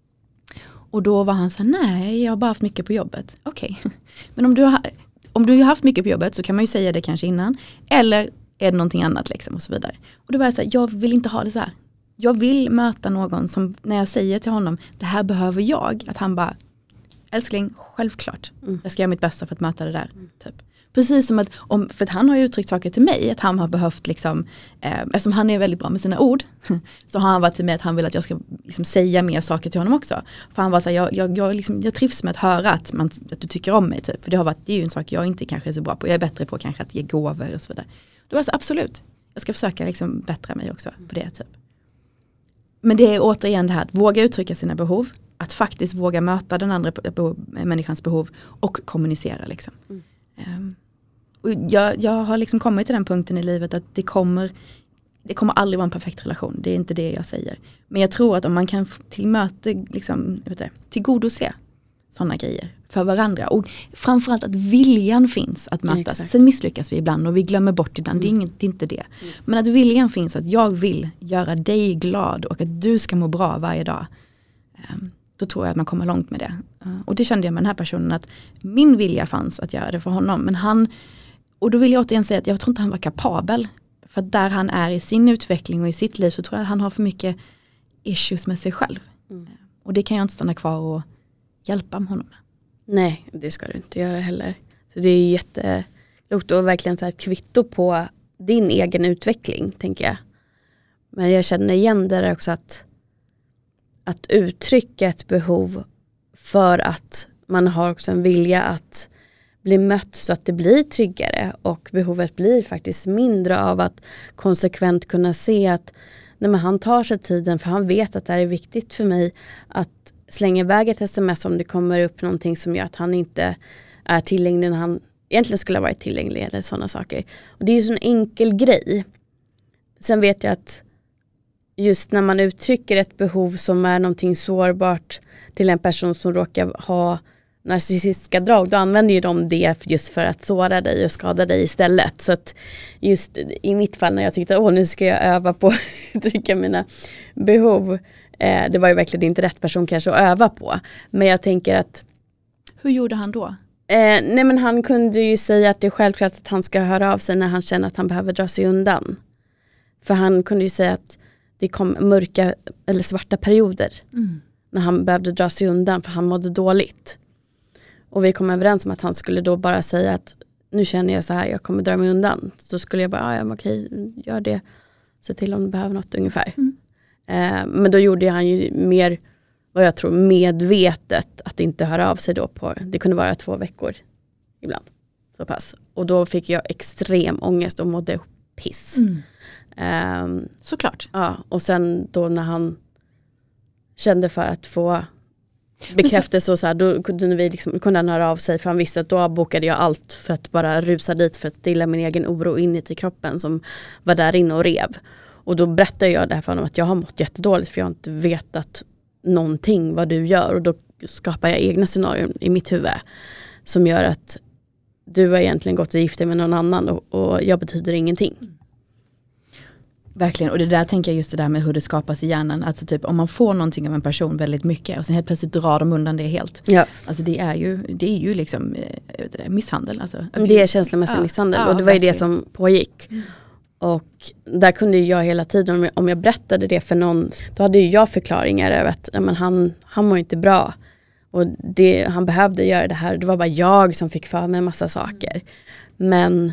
Och då var han så här, nej, jag har bara haft mycket på jobbet. Okej. Men om du har haft mycket på jobbet, så kan man ju säga det kanske innan. Eller är det någonting annat liksom, och så vidare. Och då var jag så här, jag vill inte ha det så här. Jag vill möta någon som, när jag säger till honom, det här behöver jag. Att han bara, älskling, självklart. Jag ska göra mitt bästa för att möta det där. Typ. Precis som att, för att han har ju uttryckt saker till mig, att han har behövt liksom, eftersom han är väldigt bra med sina ord, så har han varit till mig att han vill att jag ska liksom säga mer saker till honom också. För han var så här, jag trivs med att höra att du tycker om mig typ. För det är ju en sak jag inte kanske är så bra på. Jag är bättre på kanske att ge gåvor och så vidare. Då var jag så absolut, jag ska försöka liksom bättra mig också på det typ. Men det är återigen det här att våga uttrycka sina behov, att faktiskt våga möta den andra människans behov och kommunicera liksom. Och jag har liksom kommit till den punkten i livet att det kommer aldrig vara en perfekt relation. Det är inte det jag säger. Men jag tror att om man kan tillgodose sådana grejer för varandra. Och framförallt att viljan finns att mötas. Exakt. Sen misslyckas vi ibland och vi glömmer bort ibland. Det är inte det. Men att viljan finns att jag vill göra dig glad och att du ska må bra varje dag. Då tror jag att man kommer långt med det. Och det kände jag med den här personen att min vilja fanns att göra det för honom. Men och då vill jag återigen säga att jag tror inte han var kapabel. För där han är i sin utveckling och i sitt liv så tror jag att han har för mycket issues med sig själv. Och det kan jag inte stanna kvar och hjälpa honom med. Nej, det ska du inte göra heller. Så det är jätteklokt och verkligen så här ett kvitto på din egen utveckling, tänker jag. Men jag känner igen det också att uttrycka ett behov för att man har också en vilja att bli mött så att det blir tryggare och behovet blir faktiskt mindre av att konsekvent kunna se att han tar sig tiden för han vet att det är viktigt för mig att slänga iväg ett sms om det kommer upp någonting som gör att han inte är tillgänglig när han egentligen skulle ha varit tillgänglig eller sådana saker. Och det är ju så en enkel grej. Sen vet jag att just när man uttrycker ett behov som är någonting sårbart till en person som råkar ha narcissistiska drag, då använder ju de det just för att såra dig och skada dig istället. Så att just i mitt fall när jag tyckte nu ska jag öva på att uttrycka mina behov, det var ju verkligen inte rätt person kanske att öva på. Men jag tänker att... Hur gjorde han då? Nej, men han kunde ju säga att det är självklart att han ska höra av sig när han känner att han behöver dra sig undan. För han kunde ju säga att det kom mörka eller svarta perioder när han behövde dra sig undan för han mådde dåligt. Och vi kom överens om att han skulle då bara säga att nu känner jag så här, jag kommer dra mig undan. Så skulle jag bara, okej, gör det. Se till om du behöver något ungefär. Men då gjorde han ju mer, vad jag tror, medvetet att inte höra av sig då på, det kunde vara 2 veckor ibland. Så pass. Och då fick jag extrem ångest och mådde piss. Såklart. Ja, och sen då när han kände för att få bekräftelse och så här, då kunde han höra av sig för han visste att då bokade jag allt för att bara rusa dit för att stilla min egen oro inuti kroppen som var där inne och rev. Och då berättade jag det här för honom att jag har mått jättedåligt för jag har inte vetat någonting vad du gör och då skapar jag egna scenarier i mitt huvud som gör att du har egentligen gått och gift dig med någon annan och jag betyder ingenting. Verkligen, och det där tänker jag just det där med hur det skapas i hjärnan. Alltså typ om man får någonting av en person väldigt mycket och sen helt plötsligt drar de undan det helt. Ja. Alltså det är ju liksom misshandel. Alltså, det är känslomässig misshandel och det var ju det som pågick. Och där kunde jag hela tiden, om jag berättade det för någon, då hade ju jag förklaringar över att han mår inte bra. Och han behövde göra det här. Det var bara jag som fick för mig en massa saker. Men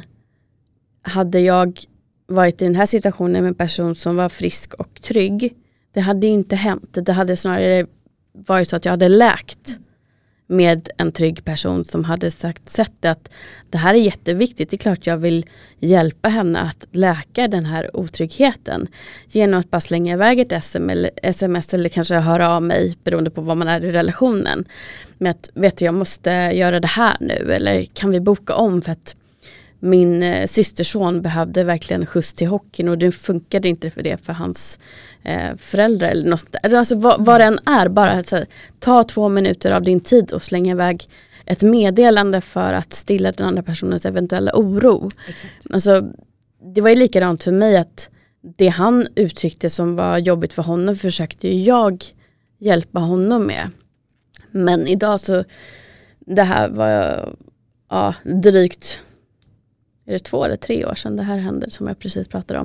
hade jag varit i den här situationen med en person som var frisk och trygg, det hade inte hänt. Det hade snarare varit så att jag hade läkt med en trygg person som hade sett att det här är jätteviktigt. Det är klart jag vill hjälpa henne att läka den här otryggheten genom att bara slänga iväg ett sms eller kanske höra av mig beroende på vad man är i relationen. Med att, vet du, jag måste göra det här nu eller kan vi boka om för att min systerson behövde verkligen skjuts till hockeyn och det funkade inte för det för hans föräldrar eller något där. Alltså vad den är, bara så här, ta 2 minuter av din tid och slänga iväg ett meddelande för att stilla den andra personens eventuella oro. Exakt. Alltså, det var ju likadant för mig att det han uttryckte som var jobbigt för honom försökte ju jag hjälpa honom med. Men idag så, det här var drygt, är det 2 eller 3 år sedan det här hände som jag precis pratade om.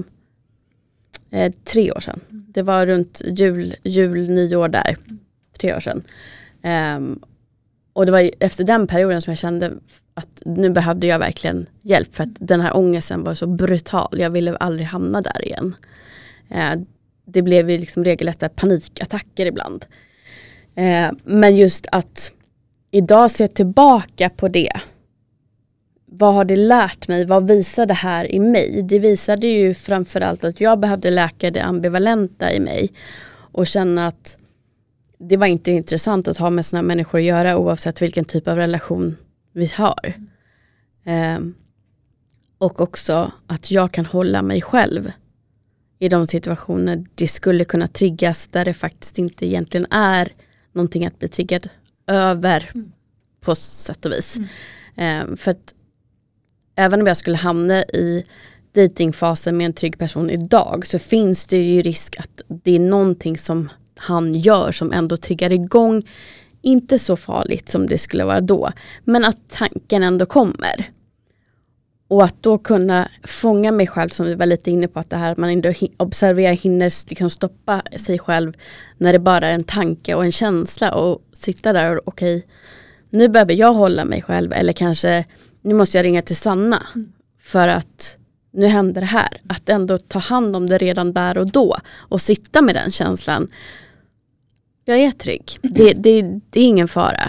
3 år sedan. Det var runt jul 9 år där. 3 år sedan. Och det var efter den perioden som jag kände att nu behövde jag verkligen hjälp. För att den här ångesten var så brutal. Jag ville aldrig hamna där igen. Det blev ju liksom regelrätta panikattacker ibland. Men just att idag se tillbaka på det. Vad har det lärt mig? Vad visar det här i mig? Det visade ju framförallt att jag behövde läka det ambivalenta i mig. Och känna att det var inte intressant att ha med såna människor att göra oavsett vilken typ av relation vi har. Och också att jag kan hålla mig själv i de situationer det skulle kunna triggas där det faktiskt inte egentligen är någonting att bli triggad över på sätt och vis. För att även om jag skulle hamna i datingfasen med en trygg person idag så finns det ju risk att det är någonting som han gör som ändå triggar igång. Inte så farligt som det skulle vara då. Men att tanken ändå kommer. Och att då kunna fånga mig själv som vi var lite inne på. Att det här att man ändå hinner liksom stoppa sig själv när det bara är en tanke och en känsla. Och sitta där och okej, nu behöver jag hålla mig själv. Eller kanske nu måste jag ringa till Sanna. För att nu händer det här. Att ändå ta hand om det redan där och då. Och sitta med den känslan. Jag är trygg. Det är ingen fara.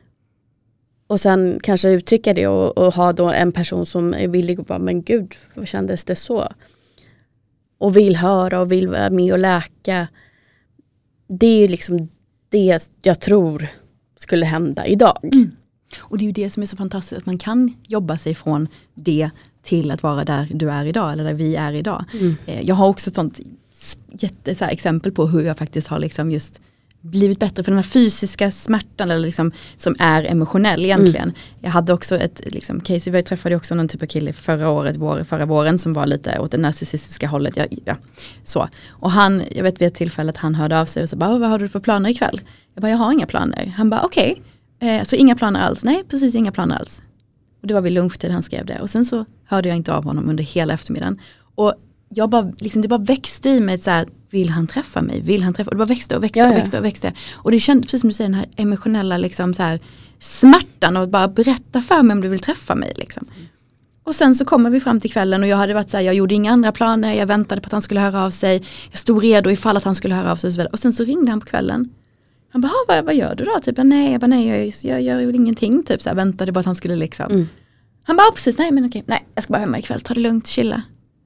Och sen kanske uttrycka det och ha då en person som är villig att bara, men gud, vad kändes det så? Och vill höra och vill vara med och läka. Det är ju liksom det jag tror skulle hända idag. Och det är ju det som är så fantastiskt, att man kan jobba sig från det till att vara där du är idag, eller där vi är idag. Jag har också ett sånt exempel på hur jag faktiskt har liksom just blivit bättre för den här fysiska smärtan eller liksom, som är emotionell egentligen. Jag hade också ett liksom, case, vi träffade också någon typ av kille förra våren som var lite åt det narcissistiska hållet. Så. Och jag vet vid ett tillfälle att han hörde av sig och så bara, vad har du för planer ikväll? Jag bara, jag har inga planer. Han bara, okej. Så inga planer alls? Nej, precis inga planer alls. Och det var vid lunchtid han skrev det. Och sen så hörde jag inte av honom under hela eftermiddagen. Och jag bara, liksom, det bara växte i mig så här, vill han träffa mig? Vill han träffa? Och det bara växte och växte och växte och växte. Och det kändes, precis som du säger, den här emotionella liksom, så här, smärtan och bara berätta för mig om du vill träffa mig. Liksom. Och sen så kommer vi fram till kvällen och jag hade varit så här, jag gjorde inga andra planer. Jag väntade på att han skulle höra av sig. Jag stod redo ifall att han skulle höra av sig. Och sen så ringde han på kvällen. Han bara, vad gör du då? Typ, jag gör ju ingenting. Typ, så här, väntade bara att han skulle liksom. Han bara, precis, nej, jag ska bara hemma ikväll. Ta det lugnt, chilla.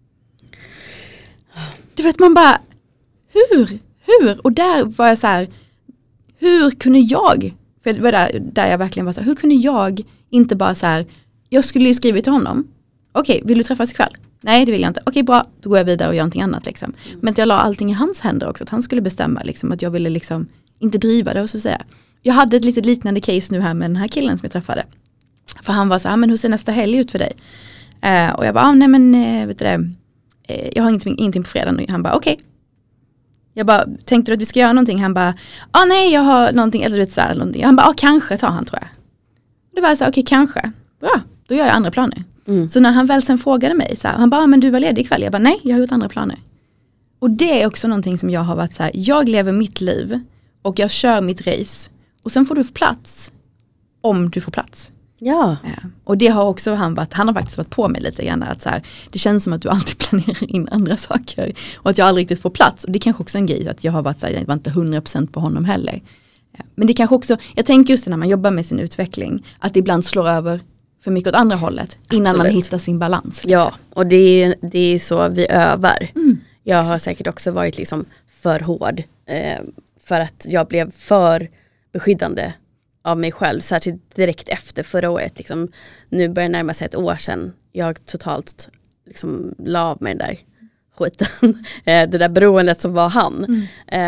Du vet, man bara, hur? Och där var jag så här, hur kunde jag, för det var där jag verkligen var så här, hur kunde jag inte bara så här, jag skulle ju skriva till honom, okej, vill du träffas ikväll? Nej, det vill jag inte. Okej, bra, då går jag vidare och gör någonting annat liksom. Men jag la allting i hans händer också, att han skulle bestämma liksom, att jag ville liksom inte driva det och så säga. Jag hade ett lite liknande case nu här med den här killen som jag träffade. För han var så här, men hur ser nästa helg ut för dig? Och jag bara, nej men vet du det, jag har ingenting på fredag nu. Han bara, okej. Jag bara, tänkte du att vi ska göra någonting? Han bara, nej, jag har någonting. Eller vet så här, någonting. Han bara, kanske tar han, tror jag. Det var så här, okej, kanske. Bra, då gör jag andra planer. Så när han väl sen frågade mig, så här, han bara, men du var ledig ikväll. Jag bara, nej, jag har gjort andra planer. Och det är också någonting som jag har varit så här, jag lever mitt liv och jag kör mitt race. Och sen får du få plats om du får plats. Ja. Och det har också han har faktiskt varit på mig lite grann att så här, det känns som att du alltid planerar in andra saker och att jag aldrig riktigt får plats, och det är kanske också en grej att jag har varit så här, jag var inte 100% på honom heller. Men det kanske också, jag tänker just när man jobbar med sin utveckling, att det ibland slår över för mycket åt andra hållet innan Absolut. man hittar sin balans. Liksom. Ja, och det är så vi övar. Jag har säkert också varit liksom för hård för att jag blev för beskyddande av mig själv, särskilt direkt efter förra året. Liksom, nu börjar det närma sig ett år sedan jag totalt liksom, la av med den där skiten. Det där beroendet som var han.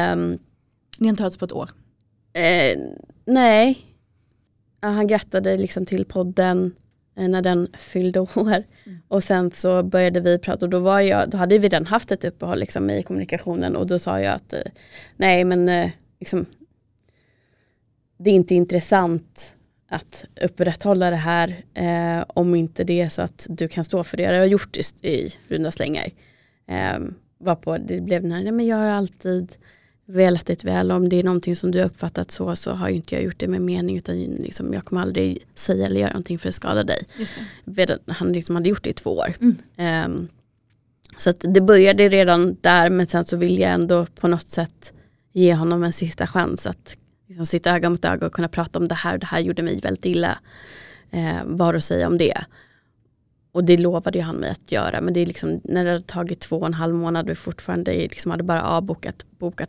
Ni har inte hörts på ett år? Nej. Ja, han grattade liksom till podden när den fyllde år. Och sen så började vi prata, och då hade vi redan haft ett uppehåll liksom, i kommunikationen, och då sa jag att nej, men liksom, det är inte intressant att upprätthålla det här om inte det är så att du kan stå för det. Jag har gjort det i runda slängar. Varpå det blev den här, nej men jag har alltid velat väl. Om det är någonting som du har uppfattat så har ju inte jag gjort det med mening, utan liksom, jag kommer aldrig säga eller göra någonting för att skada dig. Just det. Han liksom hade gjort det i 2 år. Så att det började redan där, men sen så vill jag ändå på något sätt ge honom en sista chans att liksom sitta öga mot öga och kunna prata om det här gjorde mig väldigt illa. Vad att säga om det. Och det lovade ju han mig att göra, men det är liksom, när det hade tagit 2,5 månader och fortfarande liksom hade bara avbokat.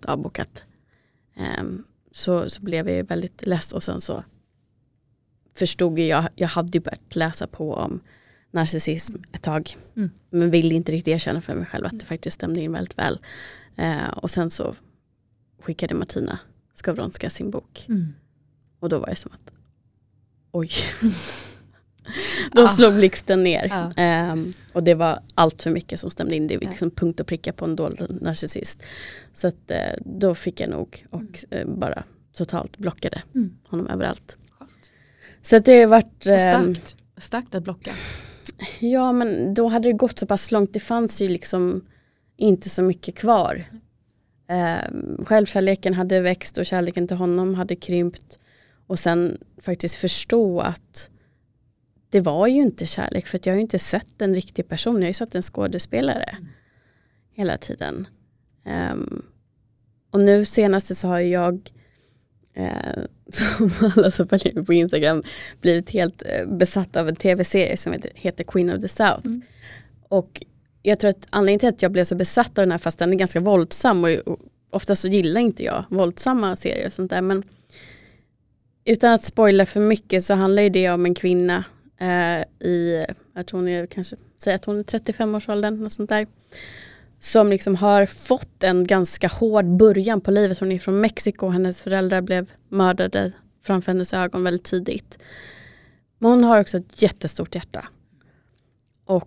Så blev jag väldigt less, och sen så förstod jag hade ju börjat läsa på om narcissism ett tag, men ville inte riktigt erkänna för mig själv att det faktiskt stämde in väldigt väl. Och sen så skickade Martina Skowronska sin bok. Och då var det som att oj. Då slog blixten ner. Och det var allt för mycket som stämde in. Det var liksom punkt och pricka på en dold narcissist. Så att, då fick jag nog och bara totalt blockade honom överallt. Skönt. Så att det har varit... Starkt att blocka. Ja, men då hade det gått så pass långt. Det fanns ju liksom inte så mycket kvar. Självkärleken hade växt och kärleken till honom hade krympt. Och sen faktiskt förstå att det var ju inte kärlek, för att jag har ju inte sett en riktig person. Jag har ju sett en skådespelare hela tiden. Och nu senaste så har jag som alla som följer mig på Instagram blivit helt besatt av en tv-serie som heter Queen of the South. Och jag tror att anledningen till att jag blev så besatt av den här, fast den är ganska våldsam, och ofta så gillar inte jag våldsamma serier och sånt där, men utan att spoila för mycket så handlar ju det om en kvinna jag tror hon är kanske, säg att hon är 35-årsåldern och sånt där, som liksom har fått en ganska hård början på livet. Hon är från Mexiko, hennes föräldrar blev mördade framför hennes ögon väldigt tidigt. Men hon har också ett jättestort hjärta och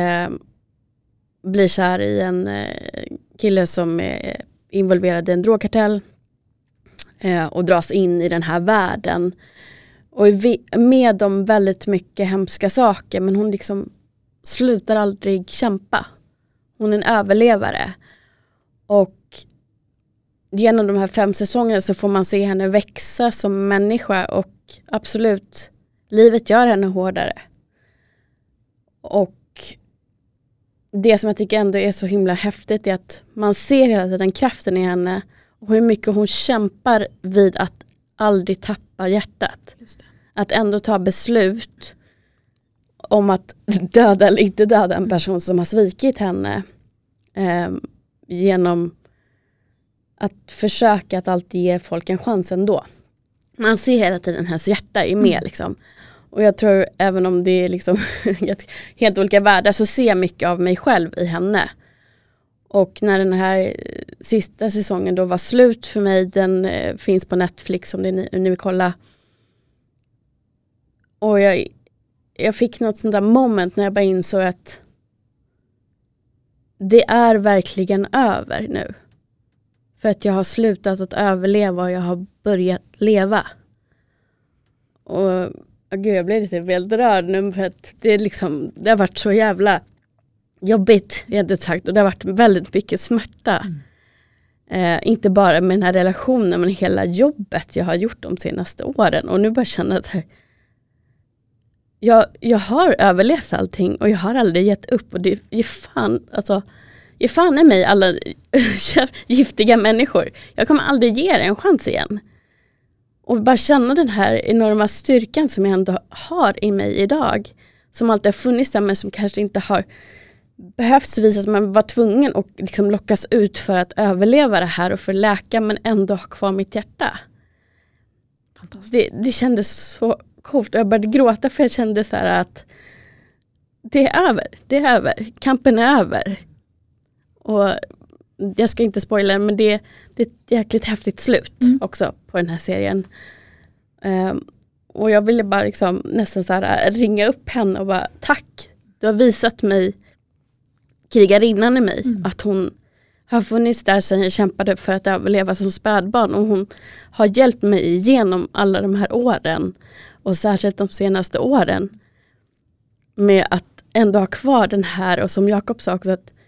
blir kär i en kille som är involverad i en drogkartell och dras in i den här världen. Och med om väldigt mycket hemska saker, men hon liksom slutar aldrig kämpa. Hon är en överlevare. Och genom de här 5 säsongerna så får man se henne växa som människa, och absolut, livet gör henne hårdare. Och det som jag tycker ändå är så himla häftigt är att man ser hela tiden kraften i henne och hur mycket hon kämpar vid att aldrig tappa hjärtat. Just det. Att ändå ta beslut om att döda eller inte döda en person som har svikit henne, genom att försöka att alltid ge folk en chans ändå. Man ser hela tiden hennes hjärta är med liksom. Och jag tror, även om det är liksom helt olika världar, så ser jag mycket av mig själv i henne. Och när den här sista säsongen då var slut för mig, den finns på Netflix om ni vill kolla. Och jag fick något sånt där moment när jag bara insåg att det är verkligen över nu. För att jag har slutat att överleva och jag har börjat leva. Och gud, jag blev lite väldigt rörd nu, för att det har varit så jävla jobbigt, rent ut sagt. Och det har varit väldigt mycket smärta. Inte bara med den här relationen, men hela jobbet jag har gjort de senaste åren. Och nu bara känna att jag har överlevt allting och jag har aldrig gett upp. Och det är fan är mig alla giftiga människor. Jag kommer aldrig ge er en chans igen. Och bara känna den här enorma styrkan som jag ändå har i mig idag. Som alltid har funnits där, men som kanske inte har behövts visas. Man var tvungen att liksom lockas ut för att överleva det här och för läka, men ändå ha kvar mitt hjärta. Det kändes så coolt. Och jag började gråta, för jag kände så här att det är över. Kampen är över. Och jag ska inte spoila, men det är ett jäkligt häftigt slut också på den här serien. Och jag ville bara liksom nästan så här ringa upp henne och bara, tack, du har visat mig krigarinnan i mig. Att hon har funnits där sedan jag kämpade för att överleva som spädbarn. Och hon har hjälpt mig igenom alla de här åren. Och särskilt de senaste åren. Med att ändå ha kvar den här, och som Jakob sa också, att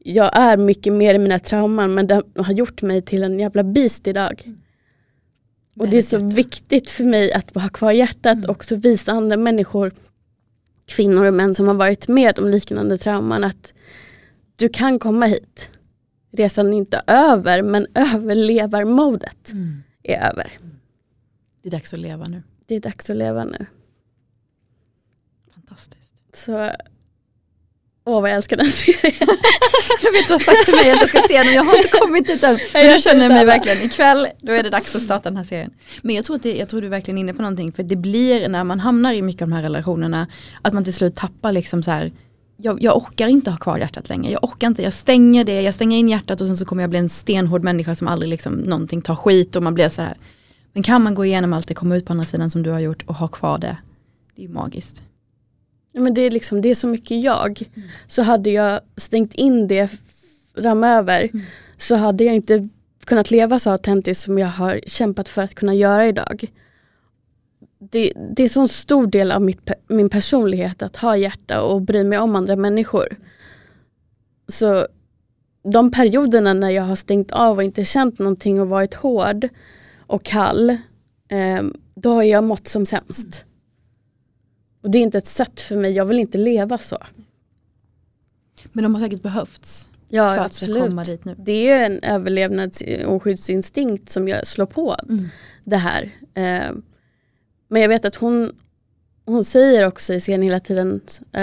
jag är mycket mer i mina trauman, men det har gjort mig till en jävla beast idag. Och det är så viktigt för mig att ha kvar hjärtat och också visa andra människor, kvinnor och män som har varit med om liknande trauman, att du kan komma hit. Resan är inte över, men överlevarmodet är över. Det är dags att leva nu. Det är dags att leva nu. Fantastiskt. Så, vad jag älskar den serien. Jag vet, du har sagt till mig att jag ska se den. Jag har inte kommit dit än. Men jag känner mig verkligen, ikväll då är det dags att starta den här serien. Men jag tror du är verkligen inne på någonting. För det blir, när man hamnar i mycket av de här relationerna, att man till slut tappar liksom så här. Jag orkar inte ha kvar hjärtat längre. Jag orkar inte, jag stänger in hjärtat och sen så kommer jag bli en stenhård människa som aldrig liksom någonting tar skit och man blir så här. Men kan man gå igenom allt det, komma ut på andra sidan som du har gjort och ha kvar det, det är ju magiskt. Ja, men det är så mycket jag. Så hade jag stängt in det framöver så hade jag inte kunnat leva så autentiskt som jag har kämpat för att kunna göra idag. Det är så en stor del av min personlighet att ha hjärta och bry mig om andra människor. Så de perioderna när jag har stängt av och inte känt någonting och varit hård och kall, då har jag mått som sämst. Och det är inte ett sätt för mig, jag vill inte leva så. Men de har säkert behövts för absolut. Att komma dit nu. Det är en överlevnads- och skyddsinstinkt som jag slår på det här. Men jag vet att hon säger också i serien hela tiden,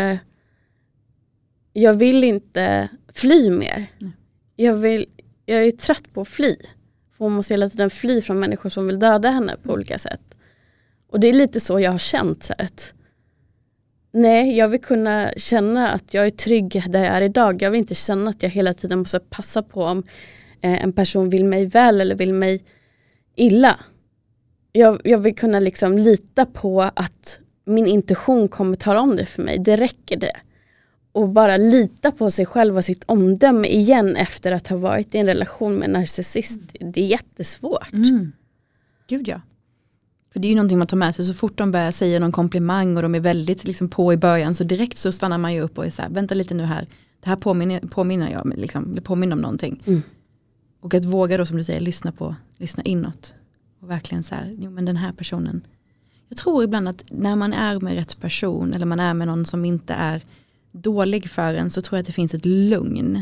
jag vill inte fly mer. Jag är trött på att fly. För hon måste hela tiden fly från människor som vill döda henne på olika sätt. Och det är lite så jag har känt. Så att, nej, jag vill kunna känna att jag är trygg där jag är idag. Jag vill inte känna att jag hela tiden måste passa på om en person vill mig väl eller vill mig illa. Jag vill kunna liksom lita på att min intuition kommer ta om det för mig. Det räcker det. Och bara lita på sig själv och sitt omdöme igen efter att ha varit i en relation med en narcissist. Det är jättesvårt. Gud ja. För det är ju någonting man tar med sig så fort de börjar säga någon komplimang och de är väldigt liksom på i början, så direkt så stannar man ju upp och är så här, vänta lite nu här. Det här påminner jag liksom, det påminner om någonting. Och att våga då, som du säger, lyssna inåt. Och verkligen så här, jo men den här personen. Jag tror ibland att när man är med rätt person eller man är med någon som inte är dålig för en, så tror jag att det finns ett lugn.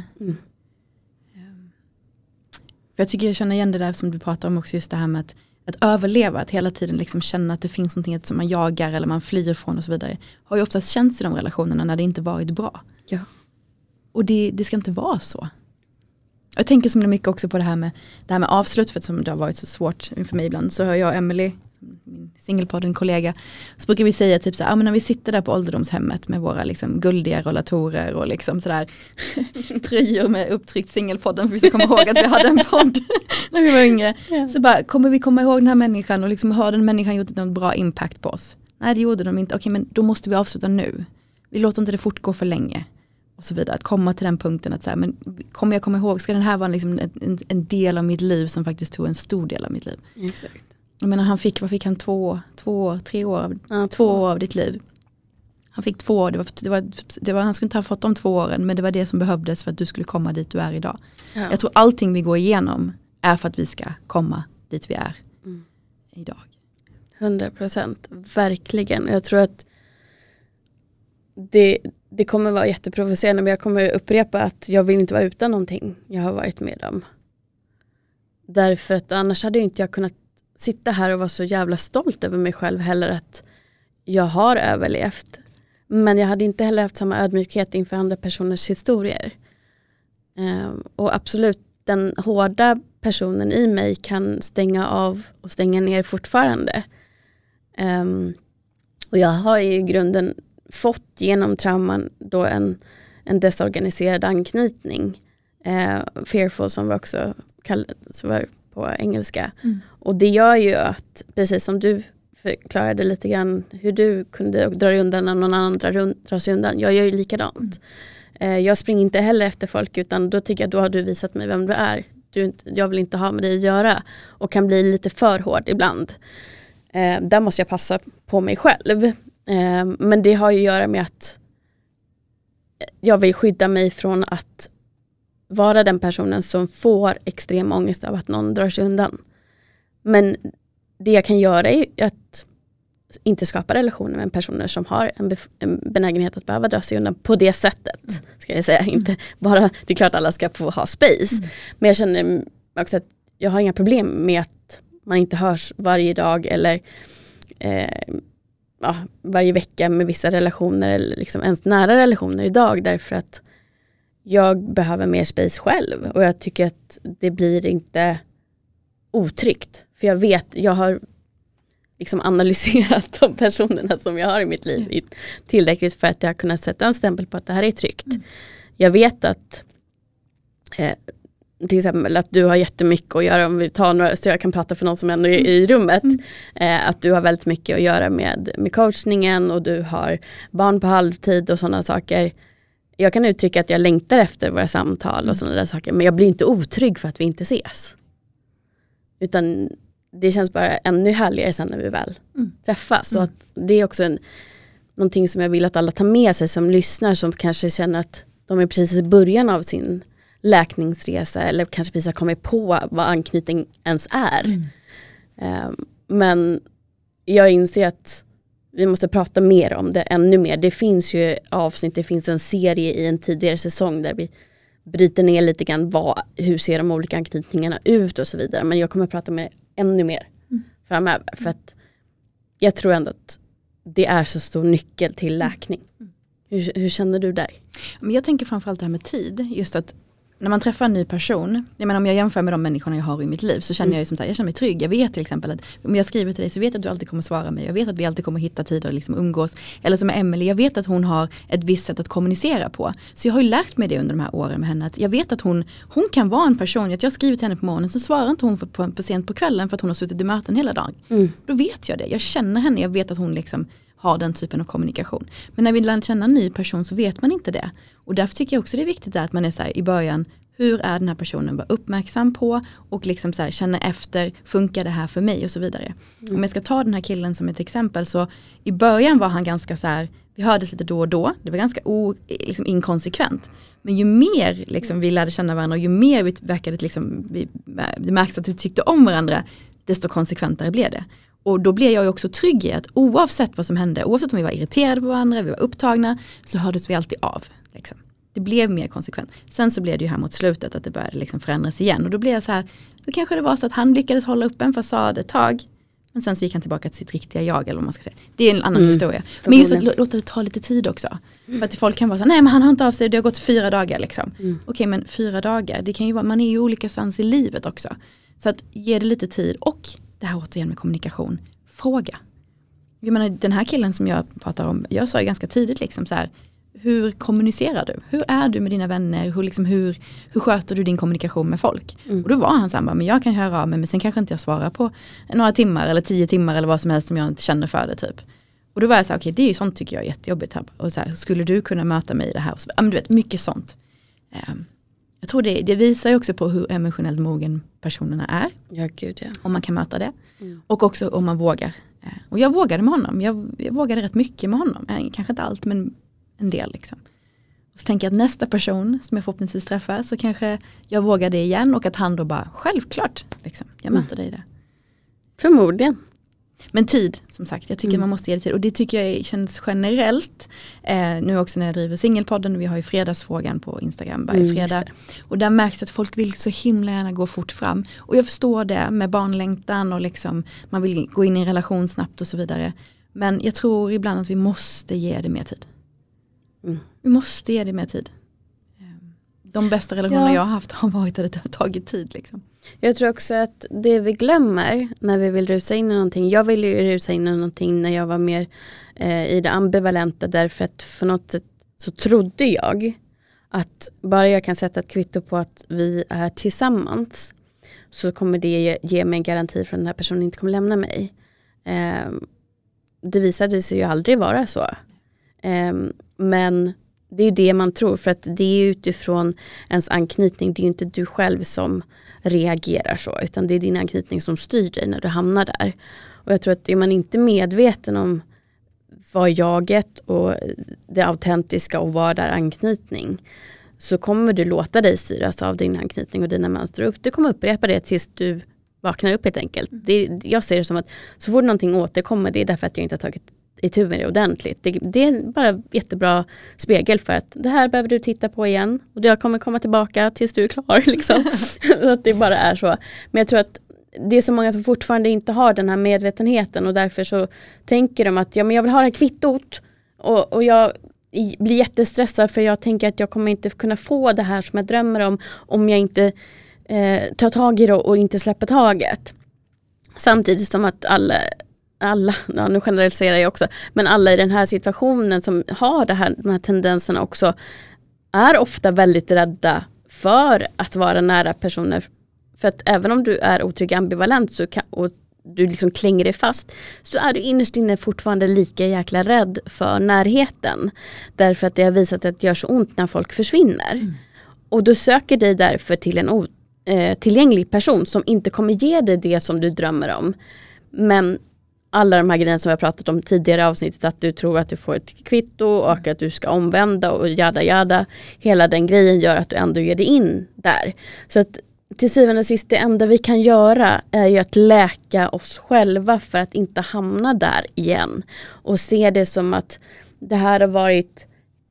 För jag känner igen det där som du pratar om också, just det här med att överleva, att hela tiden liksom känna att det finns någonting som man jagar eller man flyr från och så vidare. Har ju oftast känts i de relationerna när det inte varit bra. Ja. Och det ska inte vara så. Jag tänker så mycket också på det här med avslut, för att som det har varit så svårt för mig ibland, så hör jag Emily, min singelpodden kollega, så brukar vi säga typ så här, men när vi sitter där på ålderdomshemmet med våra liksom guldiga rollatorer och liksom sådär tröjor med upptryckt singelpodden, för vi ska komma ihåg att vi hade en podd när vi var yngre. Så bara, kommer vi komma ihåg den här människan och liksom har den människan gjort någon bra impact på oss? Nej, det gjorde de inte. Okej, men då måste vi avsluta nu. Vi låter inte det fortgå för länge. Och så vidare. Att komma till den punkten att så här, men kommer jag komma ihåg, ska den här vara liksom en del av mitt liv som faktiskt tog en stor del av mitt liv. Exakt. Jag menar, vad fick han 2 år av ditt liv. Han fick 2 år, han skulle inte ha fått de 2 åren, men det var det som behövdes för att du skulle komma dit du är idag. Ja. Jag tror allting vi går igenom är för att vi ska komma dit vi är idag. 100%, verkligen. Jag tror att det kommer vara jätteprovocerande, men jag kommer upprepa att jag vill inte vara utan någonting jag har varit med om. Därför att annars hade inte jag kunnat sitta här och vara så jävla stolt över mig själv heller, att jag har överlevt. Men jag hade inte heller haft samma ödmjukhet inför andra personers historier. Och absolut, den hårda personen i mig kan stänga av och stänga ner fortfarande. Och jag har ju i grunden fått genom trauman då en desorganiserad anknytning. Fearful, som vi också kallar på engelska. Och det gör ju att, precis som du förklarade lite grann hur du kunde dra undan när någon annan drar sig undan. Jag gör ju likadant. Jag springer inte heller efter folk, utan då tycker jag då har du visat mig vem du är. Jag vill inte ha med dig att göra, och kan bli lite för hård ibland. Där måste jag passa på mig själv. Men det har ju att göra med att jag vill skydda mig från att vara den personen som får extrem ångest av att någon drar sig undan. Men det jag kan göra är att inte skapa relationer med personer som har en benägenhet att behöva dra sig undan på det sättet. Ska jag säga. Inte bara, det är klart alla ska få ha space. Men jag känner också att jag har inga problem med att man inte hörs varje dag eller varje vecka med vissa relationer eller liksom ens nära relationer idag, därför att jag behöver mer space själv och jag tycker att det blir inte otryggt, för jag har liksom analyserat de personerna som jag har i mitt liv tillräckligt för att jag har kunnat sätta en stämpel på att det här är tryggt. Jag vet att till exempel att du har jättemycket att göra, om vi tar några, så jag kan prata för någon som ändå är i rummet, att du har väldigt mycket att göra med coachningen och du har barn på halvtid och sådana saker. Jag kan uttrycka att jag längtar efter våra samtal och sådana där saker, men jag blir inte otrygg för att vi inte ses. Utan det känns bara ännu härligare sen när vi väl träffas. Så att det är också någonting som jag vill att alla tar med sig som lyssnar, som kanske känner att de är precis i början av sin läkningsresa eller kanske precis har kommit på vad anknytning ens är. Men jag inser att vi måste prata mer om det, ännu mer. Det finns ju avsnitt, det finns en serie i en tidigare säsong där vi bryter ner lite grann hur ser de olika anknytningarna ut och så vidare. Men jag kommer att prata med det ännu mer framöver. För att jag tror ändå att det är så stor nyckel till läkning. Hur känner du där? Jag tänker framförallt det här med tid. Just att när man träffar en ny person, jag menar, om jag jämför med de människorna jag har i mitt liv, så känner jag ju som sagt, jag känner mig trygg. Jag vet till exempel att om jag skriver till dig så vet jag att du alltid kommer svara mig. Jag vet att vi alltid kommer hitta tid att liksom umgås. Eller som med Emelie, jag vet att hon har ett visst sätt att kommunicera på. Så jag har ju lärt mig det under de här åren med henne. Att jag vet att hon kan vara en person, att jag skriver till henne på morgonen så svarar inte hon på sent på kvällen för att hon har suttit i möten hela dagen. Då vet jag det. Jag känner henne, jag vet att hon liksom har den typen av kommunikation. Men när vi lär känna en ny person så vet man inte det. Och därför tycker jag också det är viktigt att man är så här, i början, hur är den här personen, var uppmärksam på och liksom så här, känna efter, funkar det här för mig och så vidare. Om jag ska ta den här killen som ett exempel, så i början var han ganska så här, vi hördes lite då och då, det var ganska liksom inkonsekvent. Men ju mer liksom, vi lärde känna varandra och ju mer vi verkade liksom, det märks att vi tyckte om varandra, desto konsekventare blev det. Och då blev jag ju också trygg i att oavsett vad som hände, oavsett om vi var irriterade på varandra, vi var upptagna, så hördes vi alltid av. Liksom. Det blev mer konsekvent. Sen så blev det ju här mot slutet att det började liksom förändras igen. Och då blev jag så här, då kanske det var så att han lyckades hålla upp en fasad ett tag. Men sen så gick han tillbaka till sitt riktiga jag, eller vad man ska säga. Det är en annan historia. Men just att låta det ta lite tid också. För att folk kan vara så här, nej men han har inte av sig, det har gått 4 dagar liksom. Okej, men 4 dagar, det kan ju vara, man är ju olika sans i livet också. Så att ge det lite tid, och det här återigen med kommunikation. Fråga. Jag menar, den här killen som jag pratar om, jag sa ju ganska tidigt liksom så här, hur kommunicerar du? Hur är du med dina vänner? Hur sköter du din kommunikation med folk? Och då var han så här, men jag kan höra av mig, men sen kanske inte jag svarar på några timmar eller 10 timmar eller vad som helst som jag inte känner för det typ. Och då var jag så här, okej, det är ju sånt tycker jag är jättejobbigt här. Och så här, skulle du kunna möta mig i det här? Och så, men du vet, mycket sånt. Jag tror det visar ju också på hur emotionellt mogen personerna är. Ja, gud ja. Om man kan möta det. Och också om man vågar. Och jag vågade med honom. Jag vågade rätt mycket med honom. Kanske inte allt, men en del liksom. Och så tänker jag att nästa person som jag förhoppningsvis träffar, så kanske jag vågar det igen, och att han då bara, självklart liksom, jag möter dig där. Förmodligen. Men tid, som sagt, jag tycker man måste ge det tid. Och det tycker jag känns generellt. Nu också när jag driver singelpodden, vi har ju fredagsfrågan på Instagram varje fredag. Och där märks att folk vill så himla gärna gå fort fram. Och jag förstår det med barnlängtan och liksom, man vill gå in i en relation snabbt och så vidare. Men jag tror ibland att vi måste ge det mer tid. Vi måste ge det mer tid. De bästa relationer jag har haft har varit att det har tagit tid. Liksom. Jag tror också att det vi glömmer när vi vill rusa in i någonting. Jag ville ju rusa in i någonting när jag var mer i det ambivalenta. Därför att för något sätt så trodde jag att bara jag kan sätta ett kvitto på att vi är tillsammans, så kommer det ge mig en garanti för att den här personen inte kommer lämna mig. Det visade sig ju aldrig vara så. Men det är det man tror, för att det är utifrån ens anknytning. Det är inte du själv som reagerar så, utan det är din anknytning som styr dig när du hamnar där. Och jag tror att är man inte medveten om vad jaget och det autentiska och vad är anknytning, så kommer du låta dig styras av din anknytning och dina mönster. Du kommer upprepa det tills du vaknar upp helt enkelt. Jag ser det som att så fort någonting återkommer, det är därför att jag inte har tagit itu med det ordentligt. Det är bara jättebra spegel för att det här behöver du titta på igen. Och jag kommer komma tillbaka tills du är klar. Liksom. Så att det bara är så. Men jag tror att det är så många som fortfarande inte har den här medvetenheten. Och därför så tänker de att men jag vill ha det här kvittot. Och jag blir jättestressad för jag tänker att jag kommer inte kunna få det här som jag drömmer om jag inte tar tag i det och inte släpper taget. Samtidigt som att alla, nu generaliserar jag också, men alla i den här situationen som har de här tendenserna också är ofta väldigt rädda för att vara nära personer. För att även om du är otrygg ambivalent och du liksom klänger dig fast, så är du innerst inne fortfarande lika jäkla rädd för närheten. Därför att det har visat sig att det gör så ont när folk försvinner. Och du söker dig därför till en tillgänglig person som inte kommer ge dig det som du drömmer om. Men alla de här grejerna som vi har pratat om tidigare i avsnittet, att du tror att du får ett kvitto och att du ska omvända och jada. Hela den grejen gör att du ändå ger dig in där. Så att till syvende och sist, det enda vi kan göra är ju att läka oss själva för att inte hamna där igen. Och se det som att det här har varit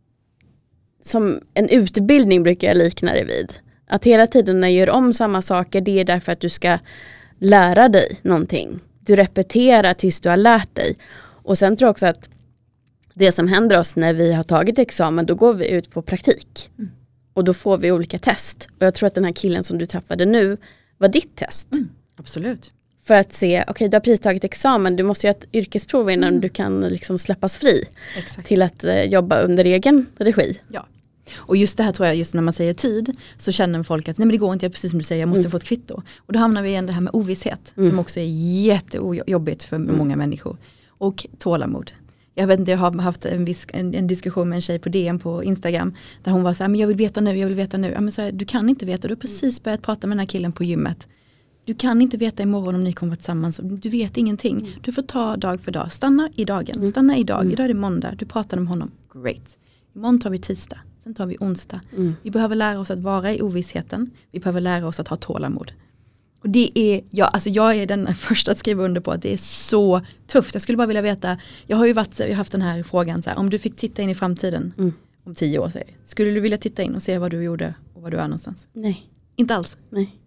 som en utbildning, brukar jag likna det vid. Att hela tiden när jag gör om samma saker, det är därför att du ska lära dig någonting. Du repeterar tills du har lärt dig. Och sen tror jag också att det som händer oss när vi har tagit examen, då går vi ut på praktik. Och då får vi olika test. Och jag tror att den här killen som du träffade nu var ditt test. Absolut. För att se, okej, du har precis tagit examen. Du måste göra ett yrkesprov innan du kan liksom släppas fri. Exakt. Till att jobba under egen regi. Ja. Och just det här tror jag, just när man säger tid, så känner folk att nej, men det går inte, precis som du säger, jag måste få ett kvitto. Och då hamnar vi igen det här med ovisshet, som också är jättejobbigt för många människor. Och tålamod. Jag vet inte, jag har haft en diskussion med en tjej på DM på Instagram, där hon var så här, men jag vill veta nu. Ja, men så här, du kan inte veta, du har precis börjat prata med den här killen på gymmet. Du kan inte veta imorgon om ni kommer vara tillsammans. Du vet ingenting. Du får ta dag för dag. Stanna i dagen. Stanna idag. Idag är det måndag. Du pratar med honom. Great. Imorgon tar vi tisdag. Sen tar vi onsdag. Vi behöver lära oss att vara i ovissheten. Vi behöver lära oss att ha tålamod. Och det är, jag är den första att skriva under på att det är så tufft. Jag skulle bara vilja veta, jag har haft den här frågan så här, om du fick titta in i framtiden om 10 år, skulle du vilja titta in och se vad du gjorde och var du är någonstans? Nej. Inte alls? Nej.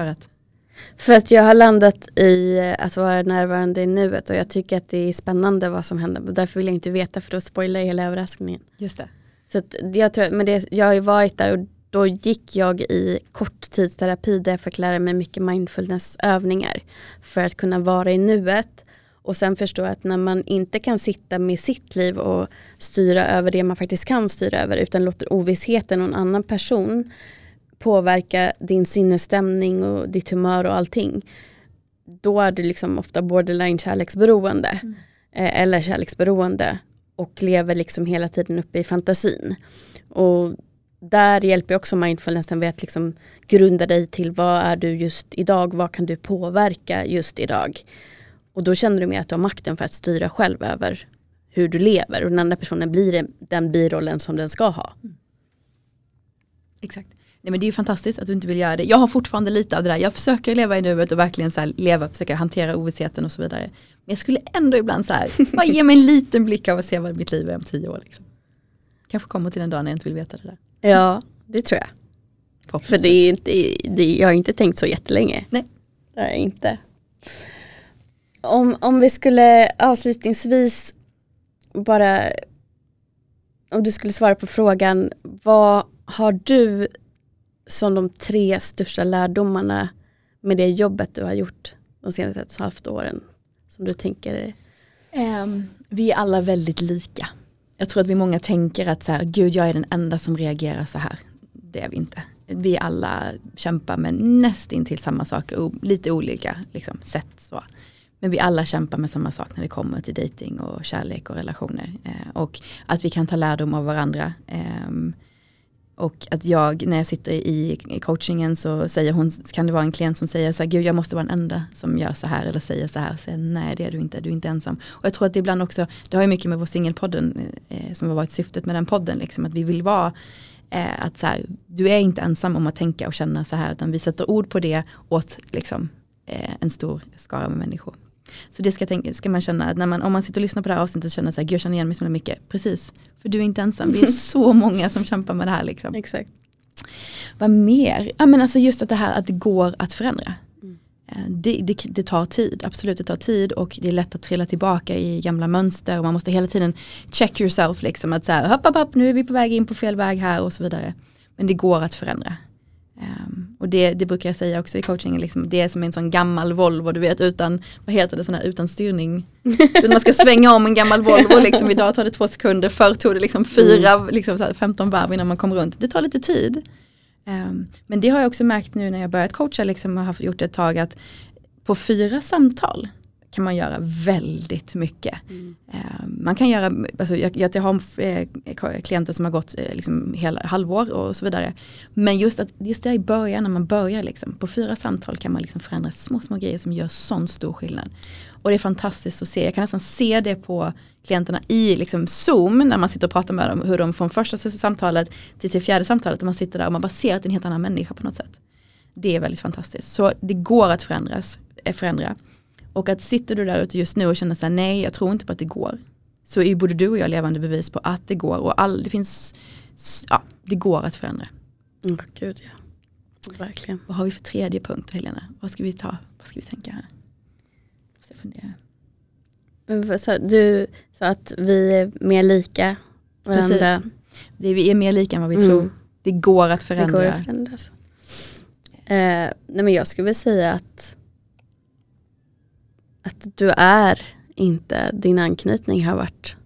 För att jag har landat i att vara närvarande i nuet, och jag tycker att det är spännande vad som händer. Därför vill jag inte veta, för då spoilar jag hela överraskningen. Just det. Så att jag har ju varit där, och då gick jag i korttidsterapi där jag fick lära mig mycket mindfulnessövningar för att kunna vara i nuet. Och sen förstå att när man inte kan sitta med sitt liv och styra över det man faktiskt kan styra över, utan låter ovissheten och en annan person påverka din sinnesstämning och ditt humör och allting, då är du liksom ofta borderline kärleksberoende eller kärleksberoende och lever liksom hela tiden uppe i fantasin. Och där hjälper också mindfulnessen vid att liksom grunda dig till vad är du just idag, vad kan du påverka just idag. Och då känner du mer att du har makten för att styra själv över hur du lever, och den andra personen blir den birollen som den ska ha. Exakt. Nej, men det är ju fantastiskt att du inte vill göra det. Jag har fortfarande lite av det där. Jag försöker leva i nuet och verkligen så här försöka hantera ovissheten och så vidare. Men jag skulle ändå ibland så här, bara ge mig en liten blick av att se vad mitt liv är om 10 år. Liksom. Kanske kommer till en dag när jag inte vill veta det där. Ja, det tror jag. För det är inte, jag har inte tänkt så jättelänge. Nej. Det har jag inte. Om vi skulle avslutningsvis bara, om du skulle svara på frågan, vad har du som de 3 största lärdomarna med det jobbet du har gjort de senaste 1,5 åren som du tänker? Vi är alla väldigt lika. Jag tror att vi många tänker att så här, gud, jag är den enda som reagerar så här. Det är vi inte. Vi alla kämpar med nästintill samma saker och lite olika liksom, sätt så. Men vi alla kämpar med samma sak när det kommer till dating och kärlek och relationer. Och att vi kan ta lärdom av varandra. Och att när jag sitter i coachingen så kan det vara en klient som säger så här, gud jag måste vara den enda som gör så här eller säger så här. Så säger, nej det är du är inte ensam. Och jag tror att det ibland också, det har ju mycket med vår singelpodden som har varit syftet med den podden. Liksom, att vi vill vara att så här, du är inte ensam om att tänka och känna så här. Utan vi sätter ord på det åt liksom, en stor skara med människor. Så det ska man känna, att om man sitter och lyssnar på det här avsnittet och känner så här, gud jag känner igen mig så mycket. Precis, för du är inte ensam. Vi är så många som kämpar med det här. Liksom. Exakt. Vad mer? Ja, men alltså just att det här att det går att förändra. Det tar tid, absolut det tar tid och det är lätt att trilla tillbaka i gamla mönster och man måste hela tiden check yourself liksom att så här, hopp, nu är vi på väg in på fel väg här och så vidare. Men det går att förändra. Och det brukar jag säga också i coachingen liksom, det är som en sån gammal Volvo du vet utan, vad heter det, sån här, utan styrning. Man ska svänga om en gammal Volvo liksom, idag tar det 2 sekunder, förr tog det liksom 15 varv innan man kom runt. Det tar lite tid. Men det har jag också märkt nu när jag börjat coacha liksom, och har gjort ett tag att på 4 samtal kan man göra väldigt mycket. Man kan göra, alltså jag har klienter som har gått liksom hela halvår och så vidare. Men just där i början när man börjar liksom, på 4 samtal kan man liksom förändra små grejer som gör sån stor skillnad. Och det är fantastiskt att se. Jag kan nästan se det på klienterna i liksom Zoom när man sitter och pratar med dem. Hur de från första samtalet till 4:e samtalet och man sitter där och man bara ser att det är en helt annan människa på något sätt. Det är väldigt fantastiskt. Så det går att förändra. Och att sitter du där ute just nu och känner så här, nej jag tror inte på att det går. Så är både du och jag levande bevis på att det går. Och det finns, det går att förändra. Gud ja. Verkligen. Vad har vi för 3:e punkt Helena? Vad ska vi tänka här? Så fundera. Du sa att vi är mer lika varandra. Precis. Vi är mer lika än vad vi tror. Det går att förändra. Det går att förändras. Nej men jag skulle vilja säga att du är inte, din anknytning har varit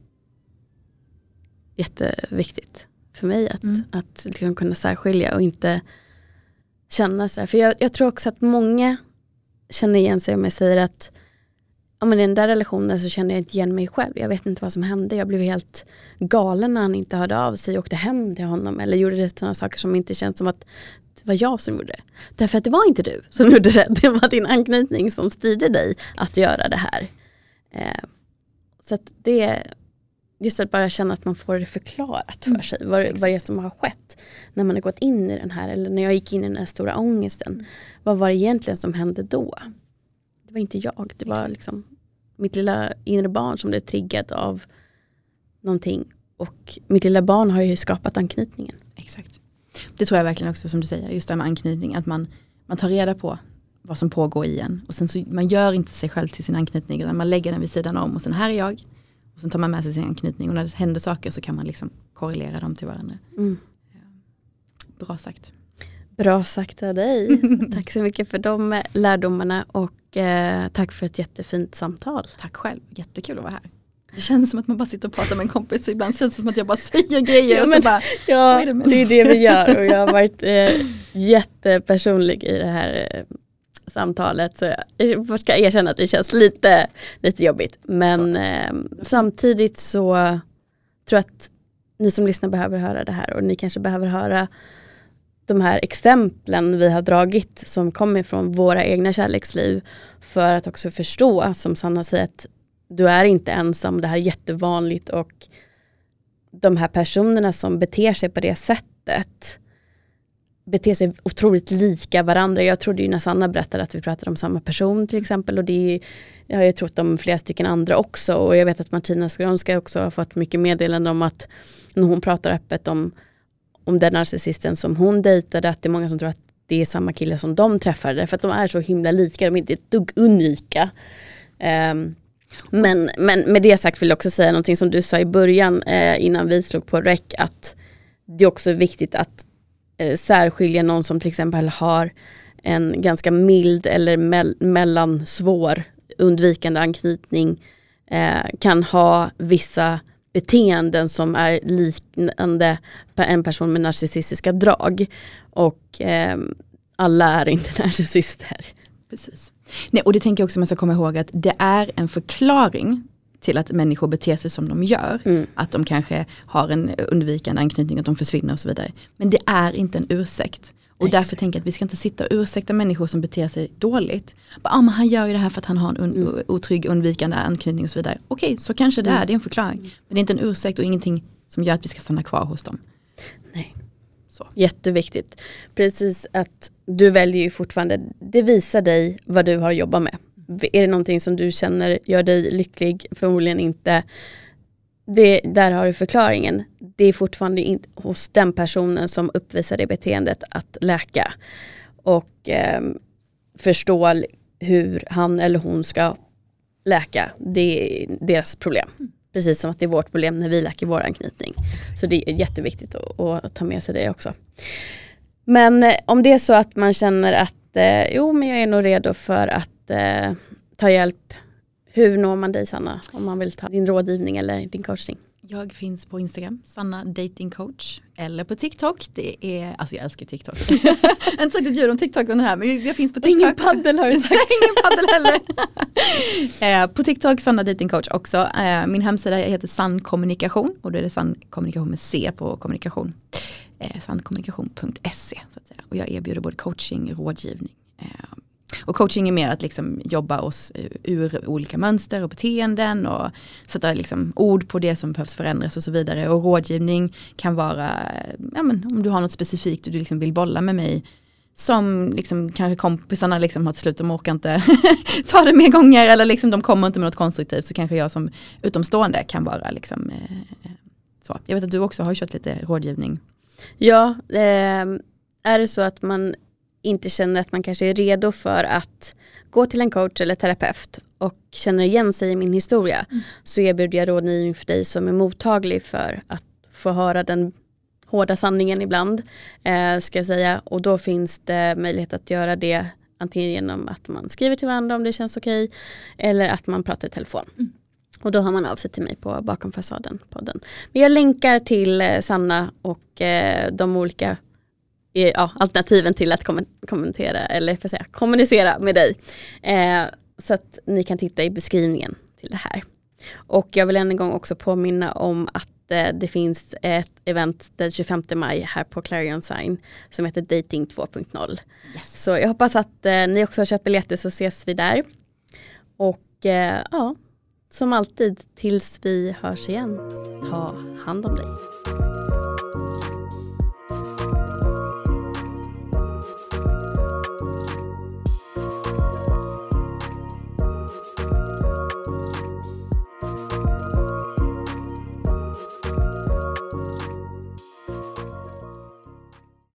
jätteviktigt för mig att liksom kunna särskilja och inte känna så här. För jag tror också att många känner igen sig om jag säger att i den där relationen så känner jag inte igen mig själv. Jag vet inte vad som hände. Jag blev helt galen när han inte hörde av sig och åkte hem till honom eller gjorde sådana saker som inte känns som att det var jag som gjorde det. Därför att det var inte du som gjorde det. Det var din anknytning som styrde dig att göra det här. Så att det, just att bara känna att man får det förklarat för sig. Vad det är som har skett när man har gått in i den här. Eller när jag gick in i den här stora ångesten. Vad var det egentligen som hände då? Det var inte jag. Det var liksom mitt lilla inre barn som blev triggat av någonting. Och mitt lilla barn har ju skapat anknytningen. Exakt. Det tror jag verkligen också som du säger. Just det här med anknytning. Att man tar reda på vad som pågår i en. Och sen så man gör inte sig själv till sin anknytning. Utan man lägger den vid sidan om. Och sen här är jag. Och sen tar man med sig sin anknytning. Och när det händer saker så kan man liksom korrelera dem till varandra. Bra sagt. Bra sagt av dig. Tack så mycket för de lärdomarna. Och tack för ett jättefint samtal. Tack själv. Jättekul att vara här. Det känns som att man bara sitter och pratar med en kompis. Ibland känns det som att jag bara säger grejer. Det är det vi gör. Och jag har varit jättepersonlig i det här samtalet. Så jag ska erkänna att det känns lite jobbigt. Men samtidigt så tror jag att ni som lyssnar behöver höra det här. Och ni kanske behöver höra de här exemplen vi har dragit som kommer från våra egna kärleksliv. För att också förstå, som Sanna säger, att du är inte ensam, det här är jättevanligt och de här personerna som beter sig på det sättet beter sig otroligt lika varandra. Jag trodde ju när Sanna berättade att vi pratade om samma person till exempel och jag har ju trott om flera stycken andra också och jag vet att Martina Skronska också har fått mycket meddelande om att när hon pratar öppet om den narcissisten som hon dejtade att det är många som tror att det är samma kille som de träffade för att de är så himla lika, de är inte ett dugg unika. Men med det sagt vill jag också säga någonting som du sa i början innan vi slog på rec att det är också viktigt att särskilja någon som till exempel har en ganska mild eller mellansvår undvikande anknytning kan ha vissa beteenden som är liknande en person med narcissistiska drag och alla är inte narcissister. Precis. Nej, och det tänker jag också man ska komma ihåg att det är en förklaring till att människor beter sig som de gör. Att de kanske har en undvikande anknytning, att de försvinner och så vidare. Men det är inte en ursäkt. Och därför tänker jag att vi ska inte sitta och ursäkta människor som beter sig dåligt. Men han gör ju det här för att han har en otrygg undvikande anknytning och så vidare. Okej, så kanske det är en förklaring. Men det är inte en ursäkt och ingenting som gör att vi ska stanna kvar hos dem. Nej. Så. Jätteviktigt. Precis, att du väljer ju fortfarande, det visar dig vad du har jobbat med. Är det någonting som du känner gör dig lycklig? Förmodligen inte. Där har du förklaringen. Det är fortfarande inte hos den personen som uppvisar det beteendet att läka. Och förstå hur han eller hon ska läka. Det är deras problem. Precis som att det är vårt problem när vi läker vår anknytning. Så det är jätteviktigt att ta med sig det också. Men om det är så att man känner att men jag är nog redo för att ta hjälp. Hur når man dig, Sanna, om man vill ta din rådgivning eller din coaching? Jag finns på Instagram, Sanna Dating Coach, eller på TikTok. Alltså jag älskar TikTok. Jag har inte sagt ett ljud om TikTok under här, men jag finns på TikTok. Ingen paddel har du sagt. Ingen paddel heller. På TikTok, Sanna Dating Coach också. Min hemsida heter Sann Kommunikation, och då är det Sann Kommunikation med C på kommunikation. Sannkommunikation.se så att säga. Och jag erbjuder både coaching, rådgivning. Och coaching är mer att liksom jobba oss ur olika mönster och beteenden och sätta liksom ord på det som behövs förändras och så vidare. Och rådgivning kan vara, om du har något specifikt och du liksom vill bolla med mig, som liksom kanske kompisarna liksom har till slut, de orkar inte ta det mer gånger, eller liksom de kommer inte med något konstruktivt, så kanske jag som utomstående kan vara liksom, så. Jag vet att du också har kört lite rådgivning. Ja, är det så att man inte känner att man kanske är redo för att gå till en coach eller terapeut och känner igen sig i min historia, så erbjuder jag rådgivning för dig som är mottaglig för att få höra den hårda sanningen ibland, ska jag säga. Och då finns det möjlighet att göra det antingen genom att man skriver till varandra om det känns okej, eller att man pratar i telefon. Och då har man av sig till mig på Bakom fasaden-podden. Men jag länkar till Sanna och de olika alternativen till att kommentera eller för att säga, kommunicera med dig. Så att ni kan titta i beskrivningen till det här. Och jag vill än en gång också påminna om att det finns ett event den 25 maj här på Clarion Sign som heter Dating 2.0. Yes. Så jag hoppas att ni också har köpt biljetter, så ses vi där. Och som alltid, tills vi hörs igen, ta hand om dig.